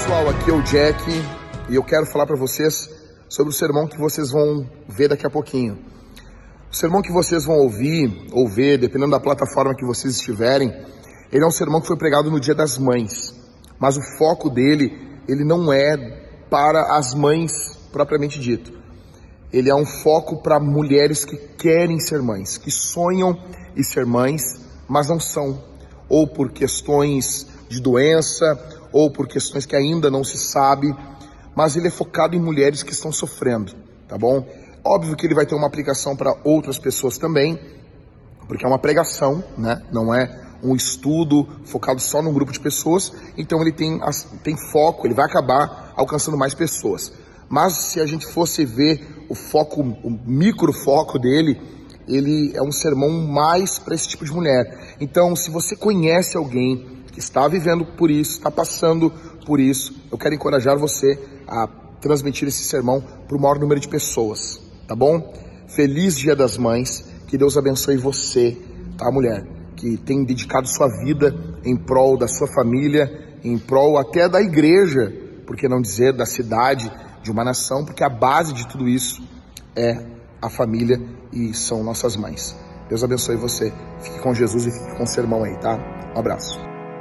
Pessoal, aqui é o Jack e eu quero falar para vocês sobre o sermão que vocês vão ver daqui a pouquinho. O sermão que vocês vão ouvir ou ver, dependendo da plataforma que vocês estiverem, ele é um sermão que foi pregado no Dia das Mães, mas o foco dele, ele não é para as mães propriamente dito. Ele é um foco para mulheres que querem ser mães, que sonham em ser mães, mas não são, ou por questões de doença, ou por questões que ainda não se sabe, mas ele é focado em mulheres que estão sofrendo, tá bom? Óbvio que ele vai ter uma aplicação para outras pessoas também, porque é uma pregação, né? Não é um estudo focado só num grupo de pessoas, então ele tem foco, ele vai acabar alcançando mais pessoas. Mas se a gente fosse ver o foco, o microfoco dele, ele é um sermão mais para esse tipo de mulher. Então, se você conhece alguém que está vivendo por isso, está passando por isso, eu quero encorajar você a transmitir esse sermão para o maior número de pessoas, tá bom? Feliz Dia das Mães, que Deus abençoe você, tá, mulher? Que tem dedicado sua vida em prol da sua família, em prol até da igreja, por que não dizer da cidade, de uma nação, porque a base de tudo isso é a família e são nossas mães. Deus abençoe você, fique com Jesus e fique com o sermão aí, tá? Um abraço.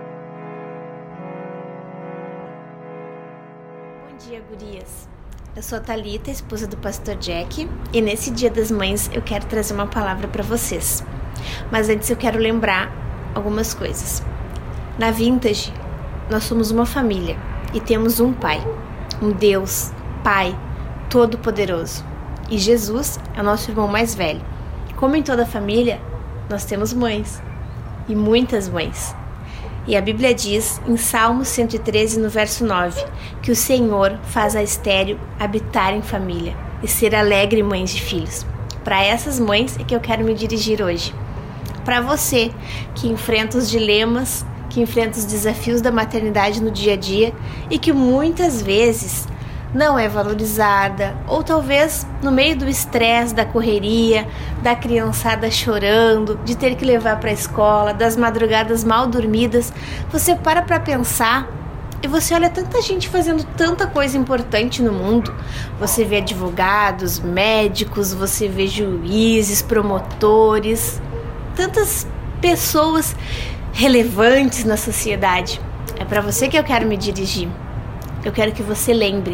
Bom dia, gurias. Eu sou a Thalita, esposa do pastor Jack, e nesse Dia das Mães eu quero trazer uma palavra para vocês. Mas antes eu quero lembrar algumas coisas. Na Vintage, nós somos uma família e temos um Pai, um Deus, Pai, Todo-Poderoso. E Jesus é o nosso irmão mais velho. Como em toda família, nós temos mães, e muitas mães. E a Bíblia diz, em Salmo 113, no verso 9, que o Senhor faz a estéril habitar em família e ser alegre mães de filhos. Para essas mães é que eu quero me dirigir hoje. Para você que enfrenta os dilemas, que enfrenta os desafios da maternidade no dia a dia e que muitas vezes não é valorizada, ou talvez no meio do estresse, da correria, da criançada chorando, de ter que levar para a escola, das madrugadas mal dormidas, você para pensar e você olha tanta gente fazendo tanta coisa importante no mundo. Você vê advogados, médicos, você vê juízes, promotores, tantas pessoas relevantes na sociedade. É para você que eu quero me dirigir. Eu quero que você lembre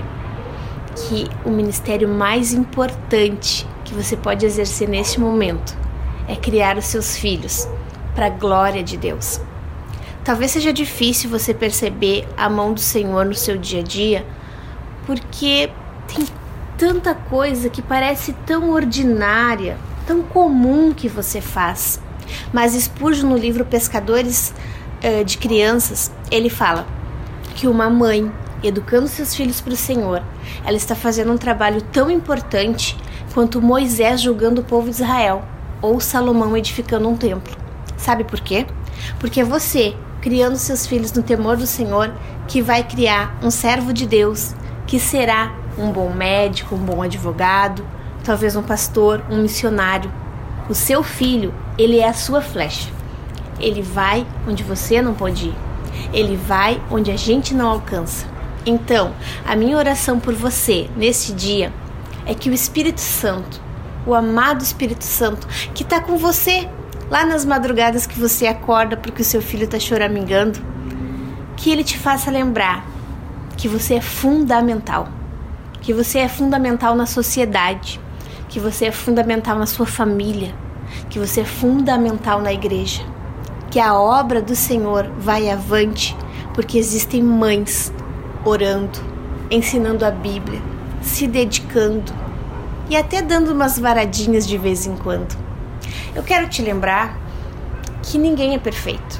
que o ministério mais importante que você pode exercer neste momento é criar os seus filhos para a glória de Deus. Talvez seja difícil você perceber a mão do Senhor no seu dia a dia, porque tem tanta coisa que parece tão ordinária, tão comum que você faz. Mas Spurgeon, no livro Pescadores de Crianças, ele fala que uma mãe educando seus filhos para o Senhor, ela está fazendo um trabalho tão importante quanto Moisés julgando o povo de Israel ou Salomão edificando um templo. Sabe por quê? Porque é você, criando seus filhos no temor do Senhor, que vai criar um servo de Deus, que será um bom médico, um bom advogado, talvez um pastor, um missionário. O seu filho, ele é a sua flecha. Ele vai onde você não pode ir. Ele vai onde a gente não alcança. Então, a minha oração por você, neste dia, é que o Espírito Santo, o amado Espírito Santo, que está com você, lá nas madrugadas que você acorda porque o seu filho está choramingando, que ele te faça lembrar que você é fundamental, que você é fundamental na sociedade, que você é fundamental na sua família, que você é fundamental na igreja, que a obra do Senhor vai avante, porque existem mães orando, ensinando a Bíblia, se dedicando e até dando umas varadinhas de vez em quando. Eu quero te lembrar que ninguém é perfeito.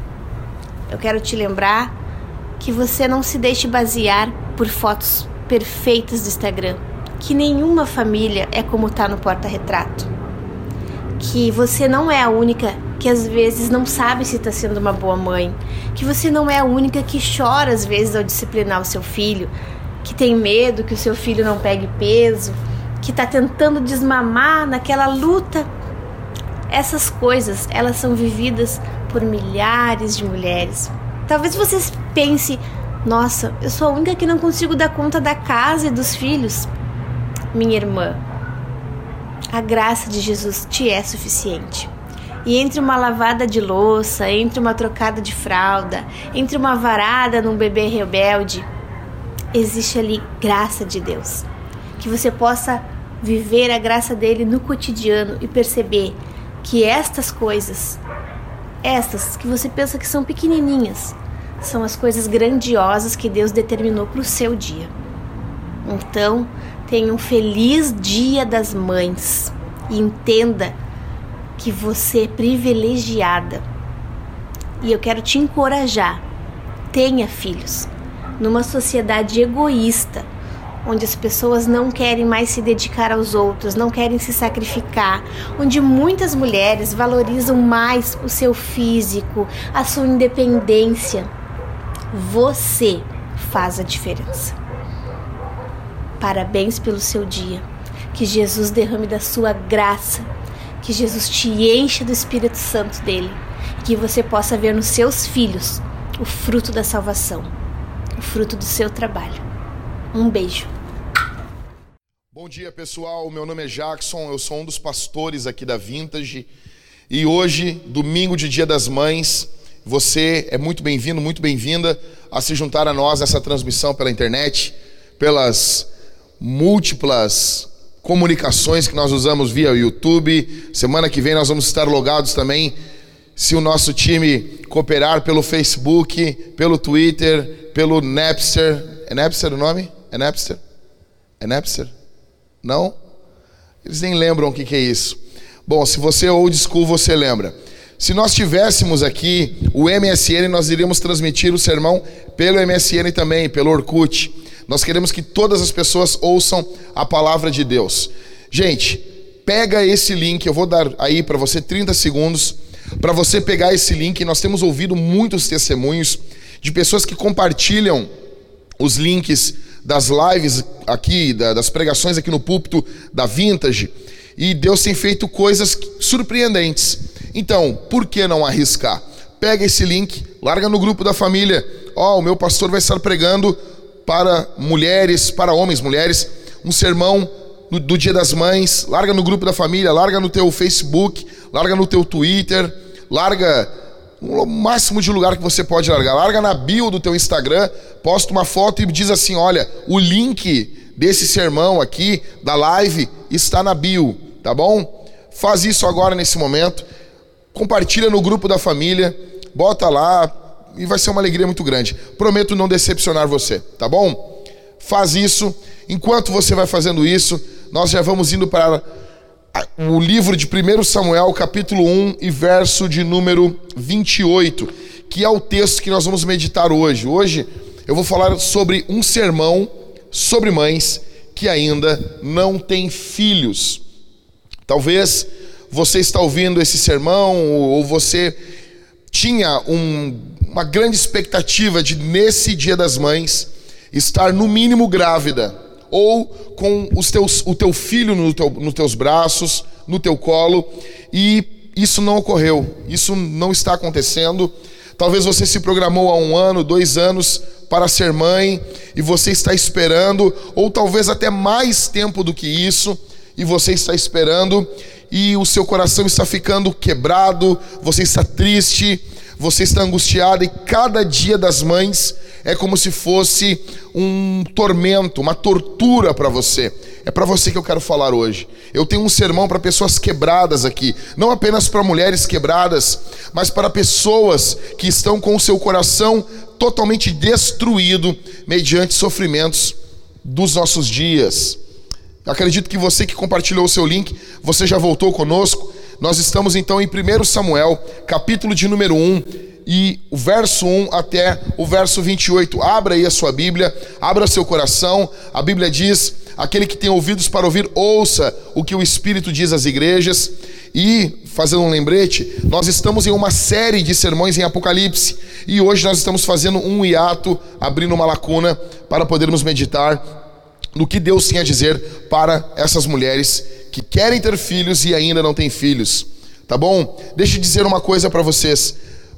Eu quero te lembrar que você não se deixe basear por fotos perfeitas do Instagram, que nenhuma família é como está no porta-retrato, que você não é a única que às vezes não sabe se está sendo uma boa mãe, que você não é a única que chora às vezes ao disciplinar o seu filho, que tem medo que o seu filho não pegue peso, que está tentando desmamar naquela luta. Essas coisas, elas são vividas por milhares de mulheres. Talvez você pense, Nossa, eu sou a única que não consigo dar conta da casa e dos filhos. Minha irmã, a graça de Jesus te é suficiente. E entre uma lavada de louça, entre uma trocada de fralda, entre uma varada num bebê rebelde, existe ali graça de Deus. Que você possa viver a graça dele no cotidiano e perceber que estas coisas, estas que você pensa que são pequenininhas, são as coisas grandiosas que Deus determinou para o seu dia. Então, tenha um feliz Dia das Mães e entenda que você é privilegiada. E eu quero te encorajar. Tenha filhos. Numa sociedade egoísta, onde as pessoas não querem mais se dedicar aos outros, não querem se sacrificar, onde muitas mulheres valorizam mais o seu físico, a sua independência, você faz a diferença. Parabéns pelo seu dia. Que Jesus derrame da sua graça, que Jesus te encha do Espírito Santo dele, que você possa ver nos seus filhos o fruto da salvação, o fruto do seu trabalho. Um beijo. Bom dia, pessoal. Meu nome é Jackson, eu sou um dos pastores aqui da Vintage. E hoje, domingo de Dia das Mães, você é muito bem-vindo, muito bem-vinda a se juntar a nós nessa transmissão pela internet, pelas múltiplas comunicações que nós usamos via YouTube. Semana que vem nós vamos estar logados também, se o nosso time cooperar, pelo Facebook, pelo Twitter, pelo Napster. É Napster o nome? É Napster? É Napster? Não? Eles nem lembram o que é isso. Bom, se você é old school, você lembra. Se nós tivéssemos aqui o MSN, nós iríamos transmitir o sermão pelo MSN também, pelo Orkut. Nós queremos que todas as pessoas ouçam a palavra de Deus. Gente, pega esse link, eu vou dar aí para você 30 segundos, para você pegar esse link. Nós temos ouvido muitos testemunhos de pessoas que compartilham os links das lives aqui, das pregações aqui no púlpito da Vintage, e Deus tem feito coisas surpreendentes. Então, por que não arriscar? Pega esse link, larga no grupo da família. O meu pastor vai estar pregando para mulheres, para homens, mulheres, um sermão do Dia das Mães. Larga no grupo da família, larga no teu Facebook, larga no teu Twitter, larga o máximo de lugar que você pode largar. Larga na bio do teu Instagram, posta uma foto e diz assim: olha, o link desse sermão aqui, da live, está na bio, tá bom? Faz isso agora nesse momento, compartilha no grupo da família, bota lá, e vai ser uma alegria muito grande. Prometo não decepcionar você, tá bom? Faz isso. Enquanto você vai fazendo isso, nós já vamos indo para o livro de 1 Samuel, capítulo 1 e verso de número 28, que é o texto que nós vamos meditar hoje. Hoje eu vou falar sobre um sermão sobre mães que ainda não têm filhos. Talvez você está ouvindo esse sermão, ou você tinha uma grande expectativa de, nesse Dia das Mães, estar no mínimo grávida, ou com o teu filho nos teus braços, no teu colo, e isso não ocorreu, isso não está acontecendo. Talvez você se programou há 1 ano, 2 anos para ser mãe, e você está esperando, ou talvez até mais tempo do que isso, e você está esperando, e o seu coração está ficando quebrado, você está triste, você está angustiado, e cada Dia das Mães é como se fosse um tormento, uma tortura para você. É para você que eu quero falar hoje. Eu tenho um sermão para pessoas quebradas aqui, não apenas para mulheres quebradas, mas para pessoas que estão com o seu coração totalmente destruído mediante sofrimentos dos nossos dias. Eu acredito que você que compartilhou o seu link, você já voltou conosco. Nós estamos então em 1 Samuel, capítulo de número 1, e o verso 1 até o verso 28. Abra aí a sua Bíblia, abra seu coração. A Bíblia diz: aquele que tem ouvidos para ouvir, ouça o que o Espírito diz às igrejas. E, fazendo um lembrete, nós estamos em uma série de sermões em Apocalipse, e hoje nós estamos fazendo um hiato, abrindo uma lacuna para podermos meditar no que Deus tem a dizer para essas mulheres que querem ter filhos e ainda não têm filhos. Tá bom? Deixa eu dizer uma coisa para vocês.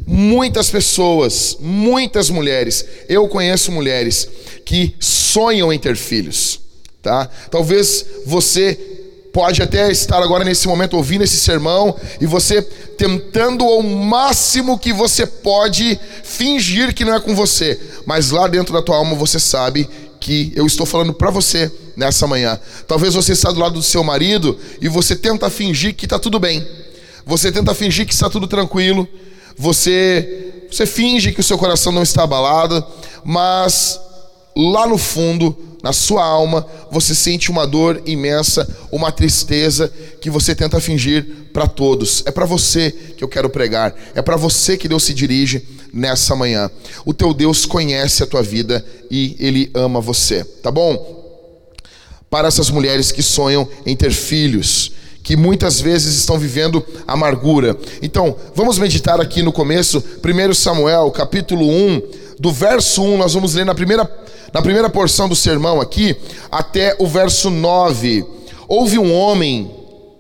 muitas pessoas, muitas mulheres, eu conheço mulheres que sonham em ter filhos, tá? Talvez você pode até estar agora nesse momento ouvindo esse sermão e você tentando ao máximo que você pode fingir que não é com você, mas lá dentro da tua alma você sabe que eu estou falando para você nessa manhã. Talvez você está do lado do seu marido e você tenta fingir que está tudo bem, você tenta fingir que está tudo tranquilo, você finge que o seu coração não está abalado, mas lá no fundo, na sua alma, você sente uma dor imensa, uma tristeza que você tenta fingir para todos. É para você que eu quero pregar, é para você que Deus se dirige nessa manhã. O teu Deus conhece a tua vida e Ele ama você, tá bom? Para essas mulheres que sonham em ter filhos, que muitas vezes estão vivendo amargura. Então, vamos meditar aqui no começo, 1 Samuel, capítulo 1, do verso 1, nós vamos ler na primeira porção do sermão aqui, até o verso 9. Houve um homem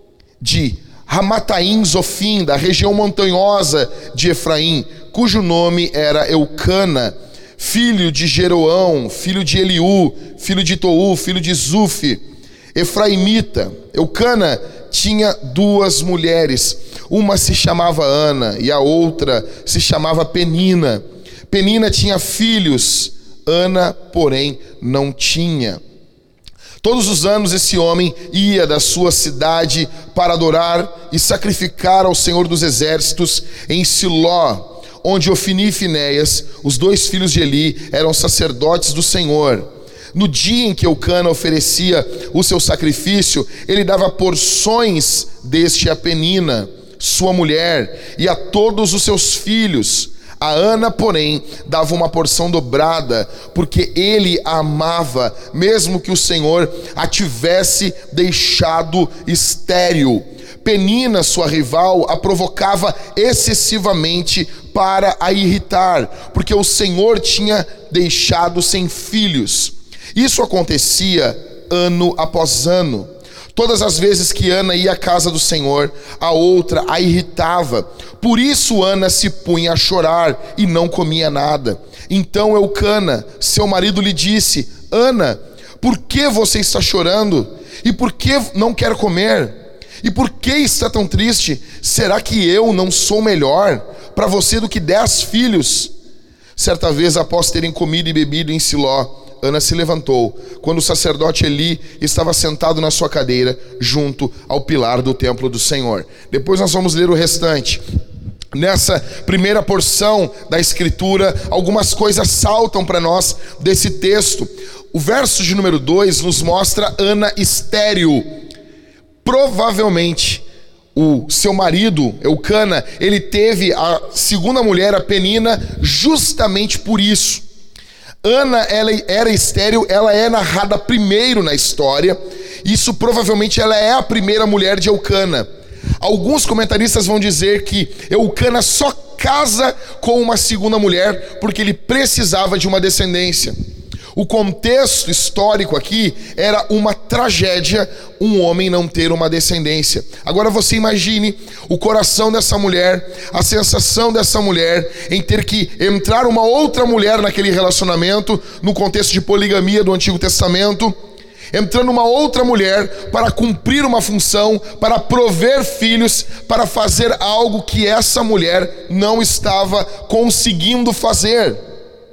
de Ramataim Zofim, da região montanhosa de Efraim, cujo nome era Eucana, filho de Jeroão, filho de Eliú, filho de Tou, filho de Zufi, efraimita. Eucana tinha duas mulheres, uma se chamava Ana e a outra se chamava Penina. Penina tinha filhos, Ana, porém, não tinha. Todos os anos esse homem ia da sua cidade para adorar e sacrificar ao Senhor dos Exércitos em Siló, onde Ofni e Finéias, os dois filhos de Eli, eram sacerdotes do Senhor. No dia em que Eucana oferecia o seu sacrifício, ele dava porções deste a Penina, sua mulher, e a todos os seus filhos. A Ana, porém, dava uma porção dobrada, porque ele a amava, mesmo que o Senhor a tivesse deixado estéril. Penina, sua rival, a provocava excessivamente para a irritar, porque o Senhor tinha deixado sem filhos. Isso acontecia ano após ano. Todas as vezes que Ana ia à casa do Senhor, a outra a irritava. Por isso Ana se punha a chorar e não comia nada. Então Eucana, seu marido, lhe disse: Ana, por que você está chorando? E por que não quer comer? E por que está tão triste? Será que eu não sou melhor para você do que 10 filhos? Certa vez, após terem comido e bebido em Siló, Ana se levantou, quando o sacerdote Eli estava sentado na sua cadeira, junto ao pilar do templo do Senhor. Depois nós vamos ler o restante. Nessa primeira porção da escritura, algumas coisas saltam para nós desse texto. O verso de número 2 nos mostra Ana estéril. Provavelmente o seu marido, Eucana, ele teve a segunda mulher, a Penina, justamente por isso. Ana, ela era estéril, ela é narrada primeiro na história. Isso provavelmente ela é a primeira mulher de Eucana. Alguns comentaristas vão dizer que Eucana só casa com uma segunda mulher porque ele precisava de uma descendência. O contexto histórico aqui era uma tragédia, um homem não ter uma descendência. Agora você imagine o coração dessa mulher, a sensação dessa mulher em ter que entrar uma outra mulher naquele relacionamento, no contexto de poligamia do Antigo Testamento, entrando uma outra mulher para cumprir uma função, para prover filhos, para fazer algo que essa mulher não estava conseguindo fazer.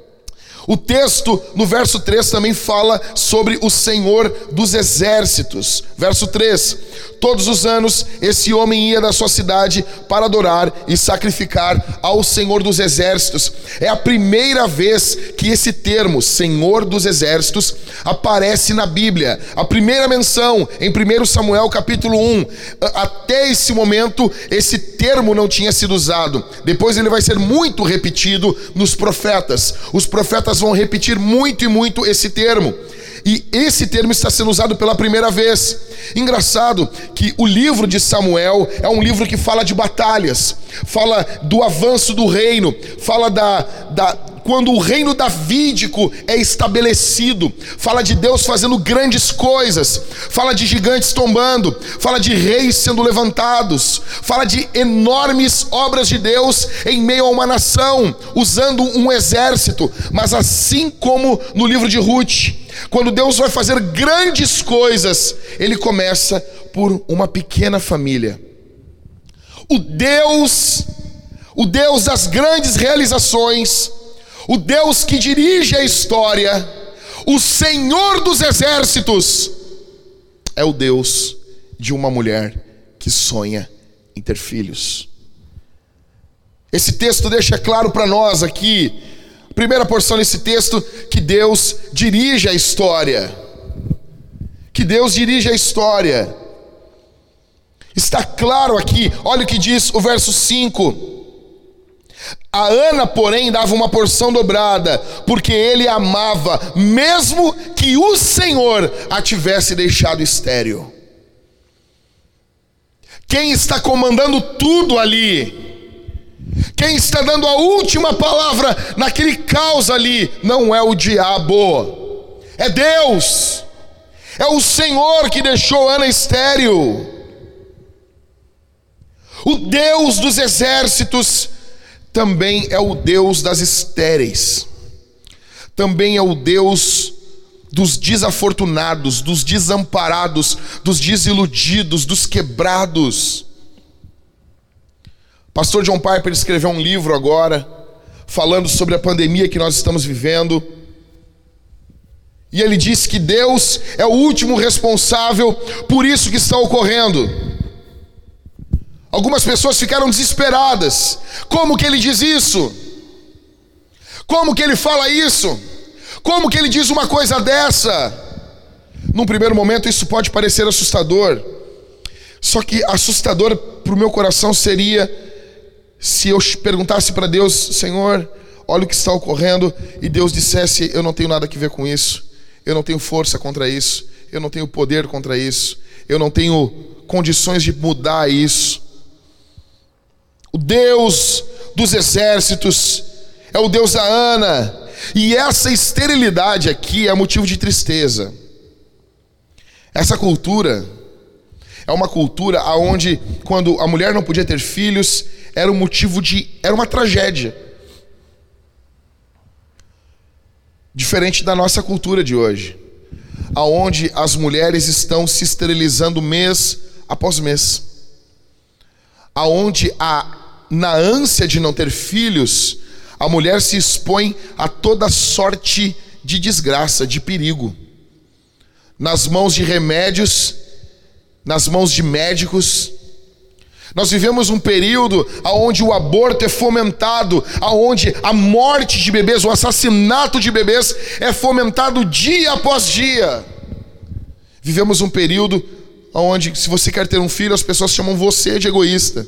O texto no verso 3 também fala sobre o Senhor dos Exércitos. Verso 3: todos os anos esse homem ia da sua cidade para adorar e sacrificar ao Senhor dos Exércitos. É a primeira vez que esse termo, Senhor dos Exércitos, aparece na Bíblia. A primeira menção em 1 Samuel capítulo 1. Até esse momento esse termo não tinha sido usado. Depois ele vai ser muito repetido nos profetas. Os profetas vão repetir muito e muito esse termo. E esse termo está sendo usado pela primeira vez. Engraçado que o livro de Samuel é um livro que fala de batalhas, fala do avanço do reino, fala quando o reino davídico é estabelecido. Fala de Deus fazendo grandes coisas, fala de gigantes tombando, fala de reis sendo levantados, fala de enormes obras de Deus em meio a uma nação, usando um exército. Mas assim como no livro de Ruth, quando Deus vai fazer grandes coisas, Ele começa por uma pequena família. O Deus das grandes realizações, o Deus que dirige a história, o Senhor dos exércitos, é o Deus de uma mulher que sonha em ter filhos. Esse texto deixa claro para nós aqui, primeira porção desse texto, que Deus dirige a história. Que Deus dirige a história. Está claro aqui, olha o que diz o verso 5. A Ana, porém, dava uma porção dobrada, porque ele a amava, mesmo que o Senhor a tivesse deixado estéril. Quem está comandando tudo ali, quem está dando a última palavra naquele caos ali, não é o diabo, é Deus. É o Senhor que deixou Ana estéril. O Deus dos exércitos também é o Deus das estéreis. Também é o Deus dos desafortunados, dos desamparados, dos desiludidos, dos quebrados. Pastor John Piper escreveu um livro agora, falando sobre a pandemia que nós estamos vivendo. E ele diz que Deus é o último responsável por isso que está ocorrendo. Algumas pessoas ficaram desesperadas. Como que ele diz isso? Como que ele fala isso? Como que ele diz uma coisa dessa? Num primeiro momento isso pode parecer assustador. Só que assustador para o meu coração seria se eu perguntasse para Deus: Senhor, olha o que está ocorrendo, e Deus dissesse: eu não tenho nada a ver com isso, eu não tenho força contra isso, eu não tenho poder contra isso, eu não tenho condições de mudar isso. O Deus dos exércitos é o Deus da Ana, e essa esterilidade aqui é motivo de tristeza. Essa cultura é uma cultura onde, quando a mulher não podia ter filhos, era uma tragédia. Diferente da nossa cultura de hoje, aonde as mulheres estão se esterilizando mês após mês, aonde na ânsia de não ter filhos, a mulher se expõe a toda sorte de desgraça, de perigo, nas mãos de remédios, nas mãos de médicos. Nós vivemos um período onde o aborto é fomentado, onde a morte de bebês, o assassinato de bebês é fomentado dia após dia. Vivemos um período onde, se você quer ter um filho, as pessoas chamam você de egoísta.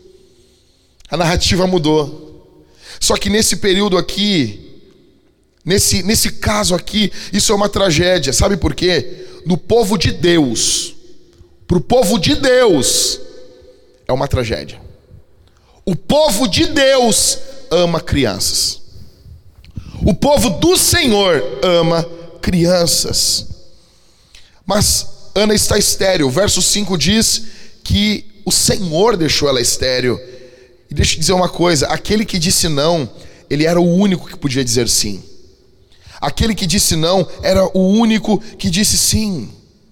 A narrativa mudou. Só que nesse período aqui, nesse caso aqui, isso é uma tragédia. Sabe por quê? No povo de Deus, para o povo de Deus, é uma tragédia. O povo de Deus ama crianças. O povo do Senhor ama crianças. Mas Ana está estéril. O verso 5 diz que o Senhor deixou ela estéril. E deixa eu dizer uma coisa: aquele que disse não, ele era o único que podia dizer sim. Aquele que disse não era o único que disse sim.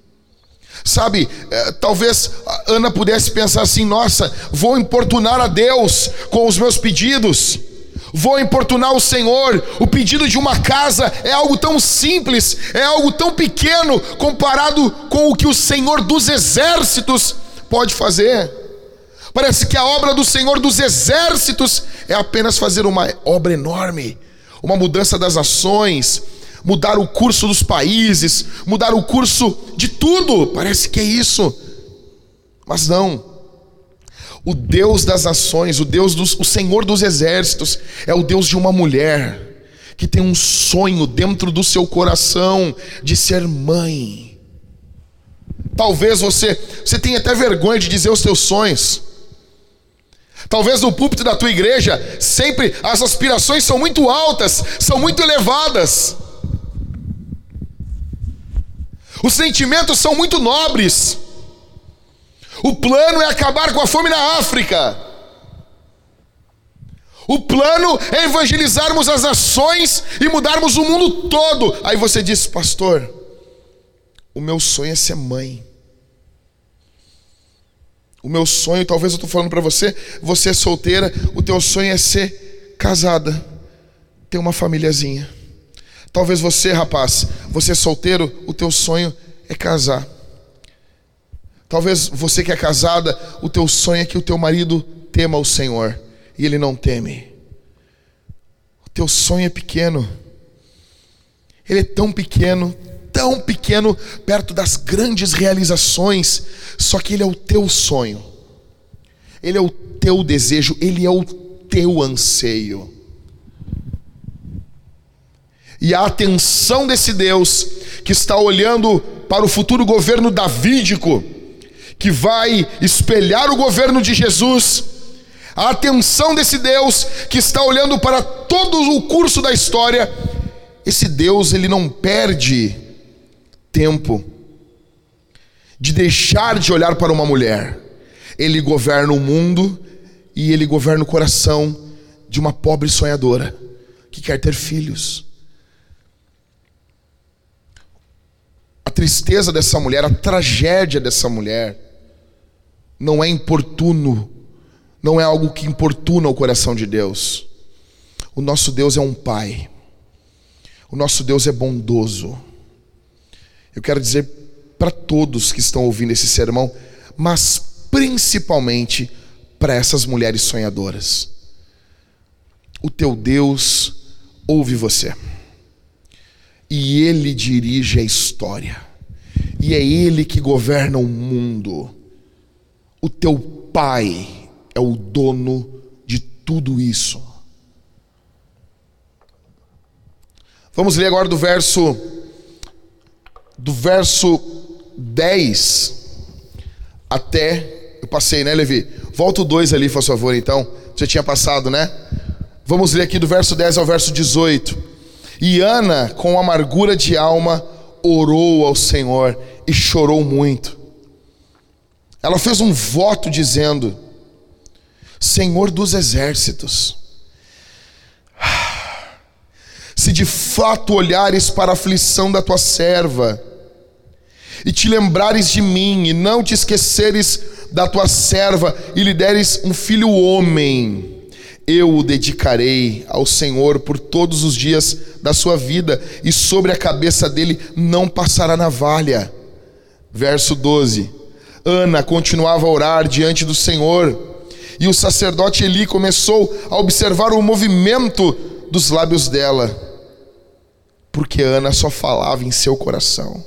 Sabe, talvez Ana pudesse pensar assim: nossa, vou importunar a Deus com os meus pedidos, vou importunar o Senhor. O pedido de uma casa é algo tão simples, é algo tão pequeno comparado com o que o Senhor dos exércitos pode fazer. Parece que a obra do Senhor dos exércitos é apenas fazer uma obra enorme, uma mudança das nações, mudar o curso dos países, mudar o curso de tudo. Parece que é isso, mas não. O Deus das nações, o Senhor dos exércitos, é o Deus de uma mulher que tem um sonho dentro do seu coração de ser mãe. Talvez você tenha até vergonha de dizer os teus sonhos. Talvez no púlpito da tua igreja, sempre as aspirações são muito altas, são muito elevadas. Os sentimentos são muito nobres. O plano é acabar com a fome na África. O plano é evangelizarmos as nações e mudarmos o mundo todo. Aí você diz: pastor, o meu sonho é ser mãe. O meu sonho, talvez eu estou falando para você, você é solteira, o teu sonho é ser casada, ter uma famíliazinha. Talvez você, rapaz, você é solteiro, o teu sonho é casar. Talvez você que é casada, o teu sonho é que o teu marido tema o Senhor, e ele não teme. O teu sonho é pequeno. Ele é tão pequeno perto das grandes realizações, só que ele é o teu sonho, ele é o teu desejo, ele é o teu anseio. E a atenção desse Deus que está olhando para o futuro governo davídico, que vai espelhar o governo de Jesus, a atenção desse Deus que está olhando para todo o curso da história, esse Deus, ele não perde tempo de deixar de olhar para uma mulher. Ele governa o mundo e ele governa o coração de uma pobre sonhadora que quer ter filhos. A tristeza dessa mulher, a tragédia dessa mulher não é importuno, não é algo que importuna o coração de Deus. O nosso Deus é um pai. O nosso Deus é bondoso. Eu quero dizer para todos que estão ouvindo esse sermão, mas principalmente para essas mulheres sonhadoras: o teu Deus ouve você, e Ele dirige a história, e é Ele que governa o mundo. O teu Pai é o dono de tudo isso. Vamos ler agora do verso 10 até... Eu passei, né, Levi? Volta o 2 ali, por favor, então. Você tinha passado, né? Vamos ler aqui do verso 10 ao verso 18. E Ana, com amargura de alma, orou ao Senhor e chorou muito. Ela fez um voto dizendo: Senhor dos exércitos, se de fato olhares para a aflição da tua serva, e te lembrares de mim, e não te esqueceres da tua serva, e lhe deres um filho homem, eu o dedicarei ao Senhor por todos os dias da sua vida, e sobre a cabeça dele não passará navalha. Verso 12. Ana continuava a orar diante do Senhor, e o sacerdote Eli começou a observar o movimento dos lábios dela, porque Ana só falava em seu coração.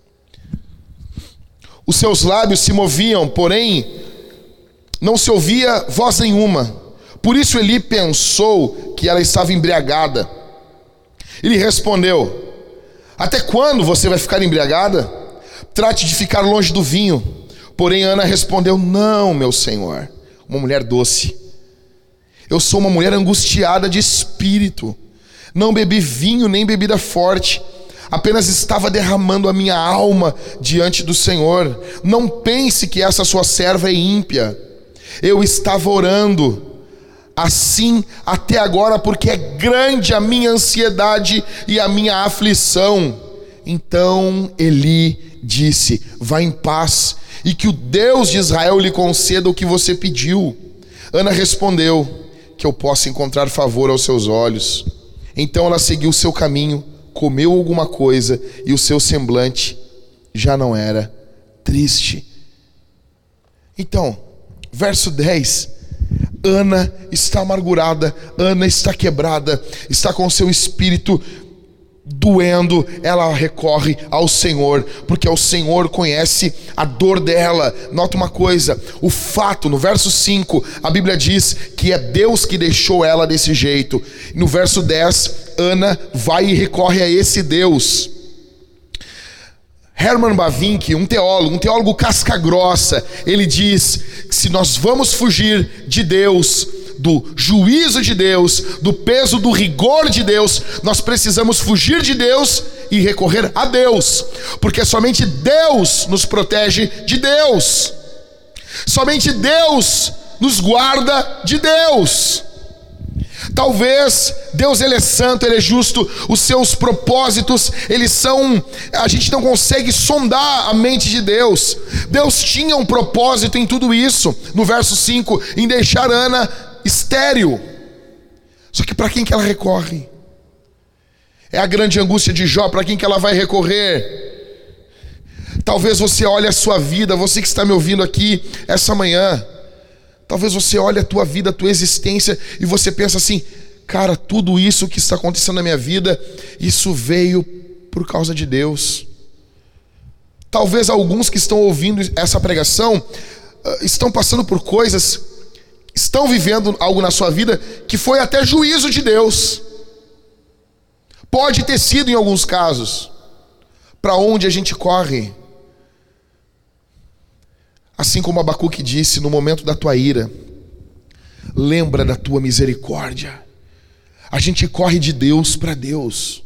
Os seus lábios se moviam, porém não se ouvia voz nenhuma. Por isso Eli pensou que ela estava embriagada. Ele respondeu: até quando você vai ficar embriagada? Trate de ficar longe do vinho. Porém Ana respondeu: não, meu senhor. Uma mulher doce. Eu sou uma mulher angustiada de espírito. Não bebi vinho nem bebida forte, apenas estava derramando a minha alma diante do Senhor. Não pense que essa sua serva é ímpia. Eu estava orando assim até agora, porque é grande a minha ansiedade e a minha aflição. Então Eli disse: vá em paz, e que o Deus de Israel lhe conceda o que você pediu. Ana respondeu: que eu possa encontrar favor aos seus olhos. Então ela seguiu o seu caminho, comeu alguma coisa, e o seu semblante já não era triste. Então, verso 10, Ana está amargurada, Ana está quebrada, está com o seu espírito doendo. Ela recorre ao Senhor, porque o Senhor conhece a dor dela. Nota uma coisa, o fato, no verso 5, a Bíblia diz que é Deus que deixou ela desse jeito. No verso 10, Ana vai e recorre a esse Deus. Herman Bavinck, um teólogo casca grossa, ele diz que se nós vamos fugir de Deus, do juízo de Deus, do peso do rigor de Deus, nós precisamos fugir de Deus e recorrer a Deus, porque somente Deus nos protege de Deus, somente Deus nos guarda de Deus. Talvez Deus, ele é santo, ele é justo, os seus propósitos, eles são, a gente não consegue sondar a mente de Deus. Deus tinha um propósito em tudo isso, no verso 5, em deixar Ana estéril. Só que para quem que ela recorre? É a grande angústia de Jó, para quem que ela vai recorrer? Talvez você olhe a sua vida, você que está me ouvindo aqui essa manhã, talvez você olhe a tua vida, a tua existência, e você pensa assim: cara, tudo isso que está acontecendo na minha vida, isso veio por causa de Deus. Talvez alguns que estão ouvindo essa pregação estão passando por coisas, estão vivendo algo na sua vida que foi até juízo de Deus. Pode ter sido em alguns casos. Para onde a gente corre? Assim como Abacuque disse: no momento da tua ira, lembra da tua misericórdia. A gente corre de Deus para Deus.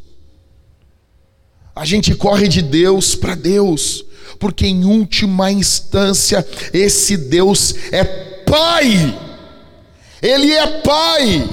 A gente corre de Deus para Deus, porque em última instância esse Deus é Pai. Ele é Pai.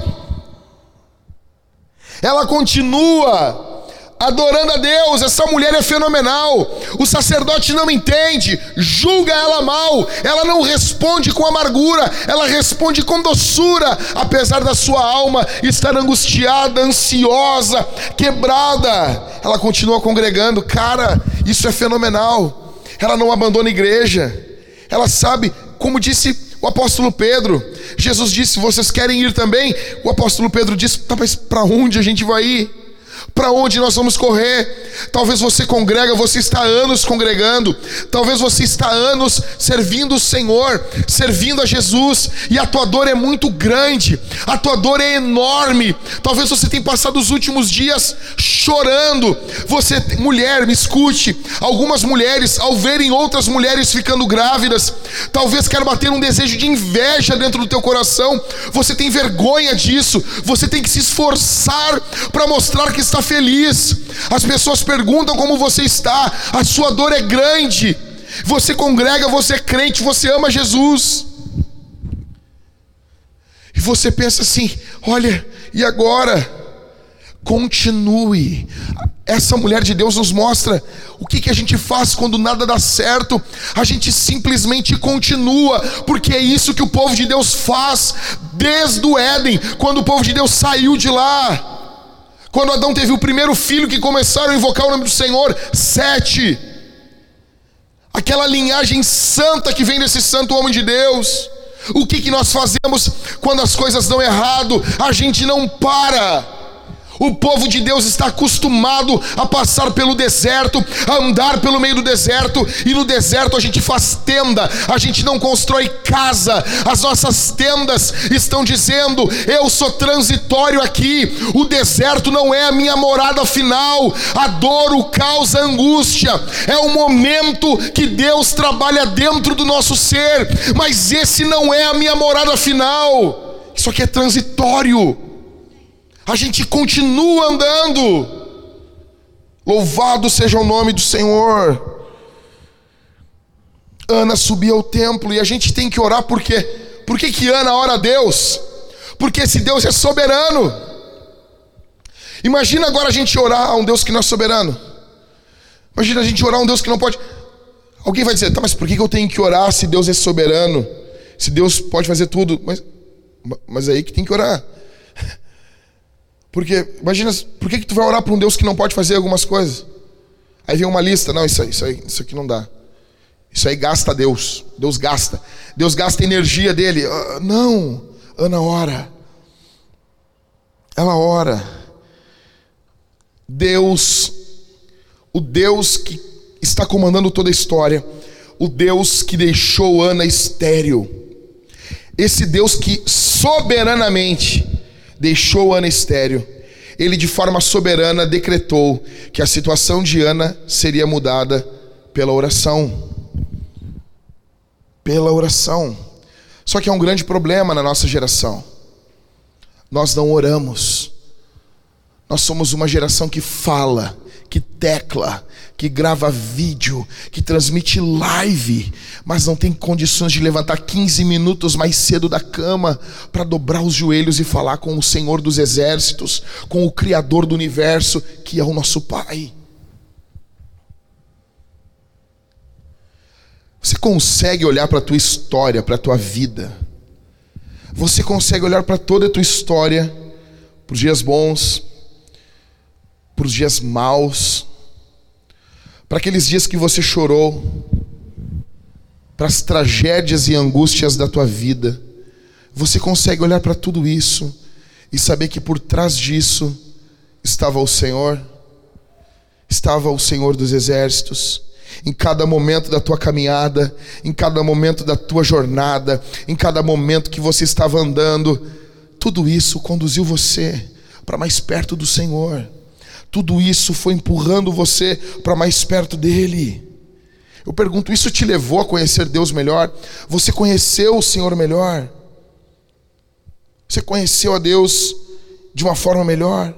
Ela continua adorando a Deus. Essa mulher é fenomenal. O sacerdote não entende, julga ela mal, ela não responde com amargura, ela responde com doçura, apesar da sua alma estar angustiada, ansiosa, quebrada. Ela continua congregando. Cara, isso é fenomenal. Ela não abandona a igreja. Ela sabe, como disse o apóstolo Pedro, Jesus disse: vocês querem ir também? O apóstolo Pedro disse: tá, mas para onde a gente vai ir? Para onde nós vamos correr? Talvez você congrega, você está há anos congregando, talvez você está há anos servindo o Senhor, servindo a Jesus, e a tua dor é muito grande, a tua dor é enorme. Talvez você tenha passado os últimos dias chorando. Você, mulher, me escute, algumas mulheres, ao verem outras mulheres ficando grávidas, talvez quer bater um desejo de inveja dentro do teu coração. Você tem vergonha disso, você tem que se esforçar para mostrar que está feliz. As pessoas perguntam como você está, a sua dor é grande. Você congrega, você é crente, você ama Jesus, e você pensa assim: olha, e agora? Continue. Essa mulher de Deus nos mostra o que a gente faz quando nada dá certo. A gente simplesmente continua, porque é isso que o povo de Deus faz desde o Éden, quando o povo de Deus saiu de lá. Quando Adão teve o primeiro filho, que começaram a invocar o nome do Senhor, Sete. Aquela linhagem santa que vem desse santo homem de Deus. O que nós fazemos quando as coisas dão errado? A gente não para. O povo de Deus está acostumado a passar pelo deserto, a andar pelo meio do deserto, e no deserto a gente faz tenda, a gente não constrói casa. As nossas tendas estão dizendo: eu sou transitório aqui, o deserto não é a minha morada final. A dor, o caos, a angústia é o momento que Deus trabalha dentro do nosso ser, mas esse não é a minha morada final. Isso aqui é transitório. A gente continua andando. Louvado seja o nome do Senhor. Ana subia ao templo, e a gente tem que orar. Por quê? Por que Ana ora a Deus? Porque esse Deus é soberano. Imagina agora a gente orar a um Deus que não é soberano. Imagina a gente orar a um Deus que não pode. Alguém vai dizer: tá, mas por que eu tenho que orar se Deus é soberano? Se Deus pode fazer tudo? Mas é aí que tem que orar. Porque, imagina, por que tu vai orar para um Deus que não pode fazer algumas coisas? Aí vem uma lista: não, isso aqui não dá. Isso aí gasta Deus. Deus gasta a energia dele. Não, Ana ora. Ela ora. Deus, o Deus que está comandando toda a história, o Deus que deixou Ana estéril, esse Deus que soberanamente deixou Ana estéril, ele de forma soberana decretou que a situação de Ana seria mudada Pela oração. Pela oração. Só que há um grande problema na nossa geração. Nós não oramos. Nós somos uma geração que fala, que tecla, que grava vídeo, que transmite live, mas não tem condições de levantar 15 minutos mais cedo da cama para dobrar os joelhos e falar com o Senhor dos Exércitos, com o Criador do Universo, que é o nosso Pai. Você consegue olhar para a tua história, para a tua vida? Você consegue olhar para toda a tua história, para os dias bons, para os dias maus, para aqueles dias que você chorou, para as tragédias e angústias da tua vida? Você consegue olhar para tudo isso e saber que por trás disso estava o Senhor? Estava o Senhor dos Exércitos. Em cada momento da tua caminhada, em cada momento da tua jornada, em cada momento que você estava andando, tudo isso conduziu você para mais perto do Senhor. Tudo isso foi empurrando você para mais perto dele. Eu pergunto, isso te levou a conhecer Deus melhor? Você conheceu o Senhor melhor? Você conheceu a Deus de uma forma melhor?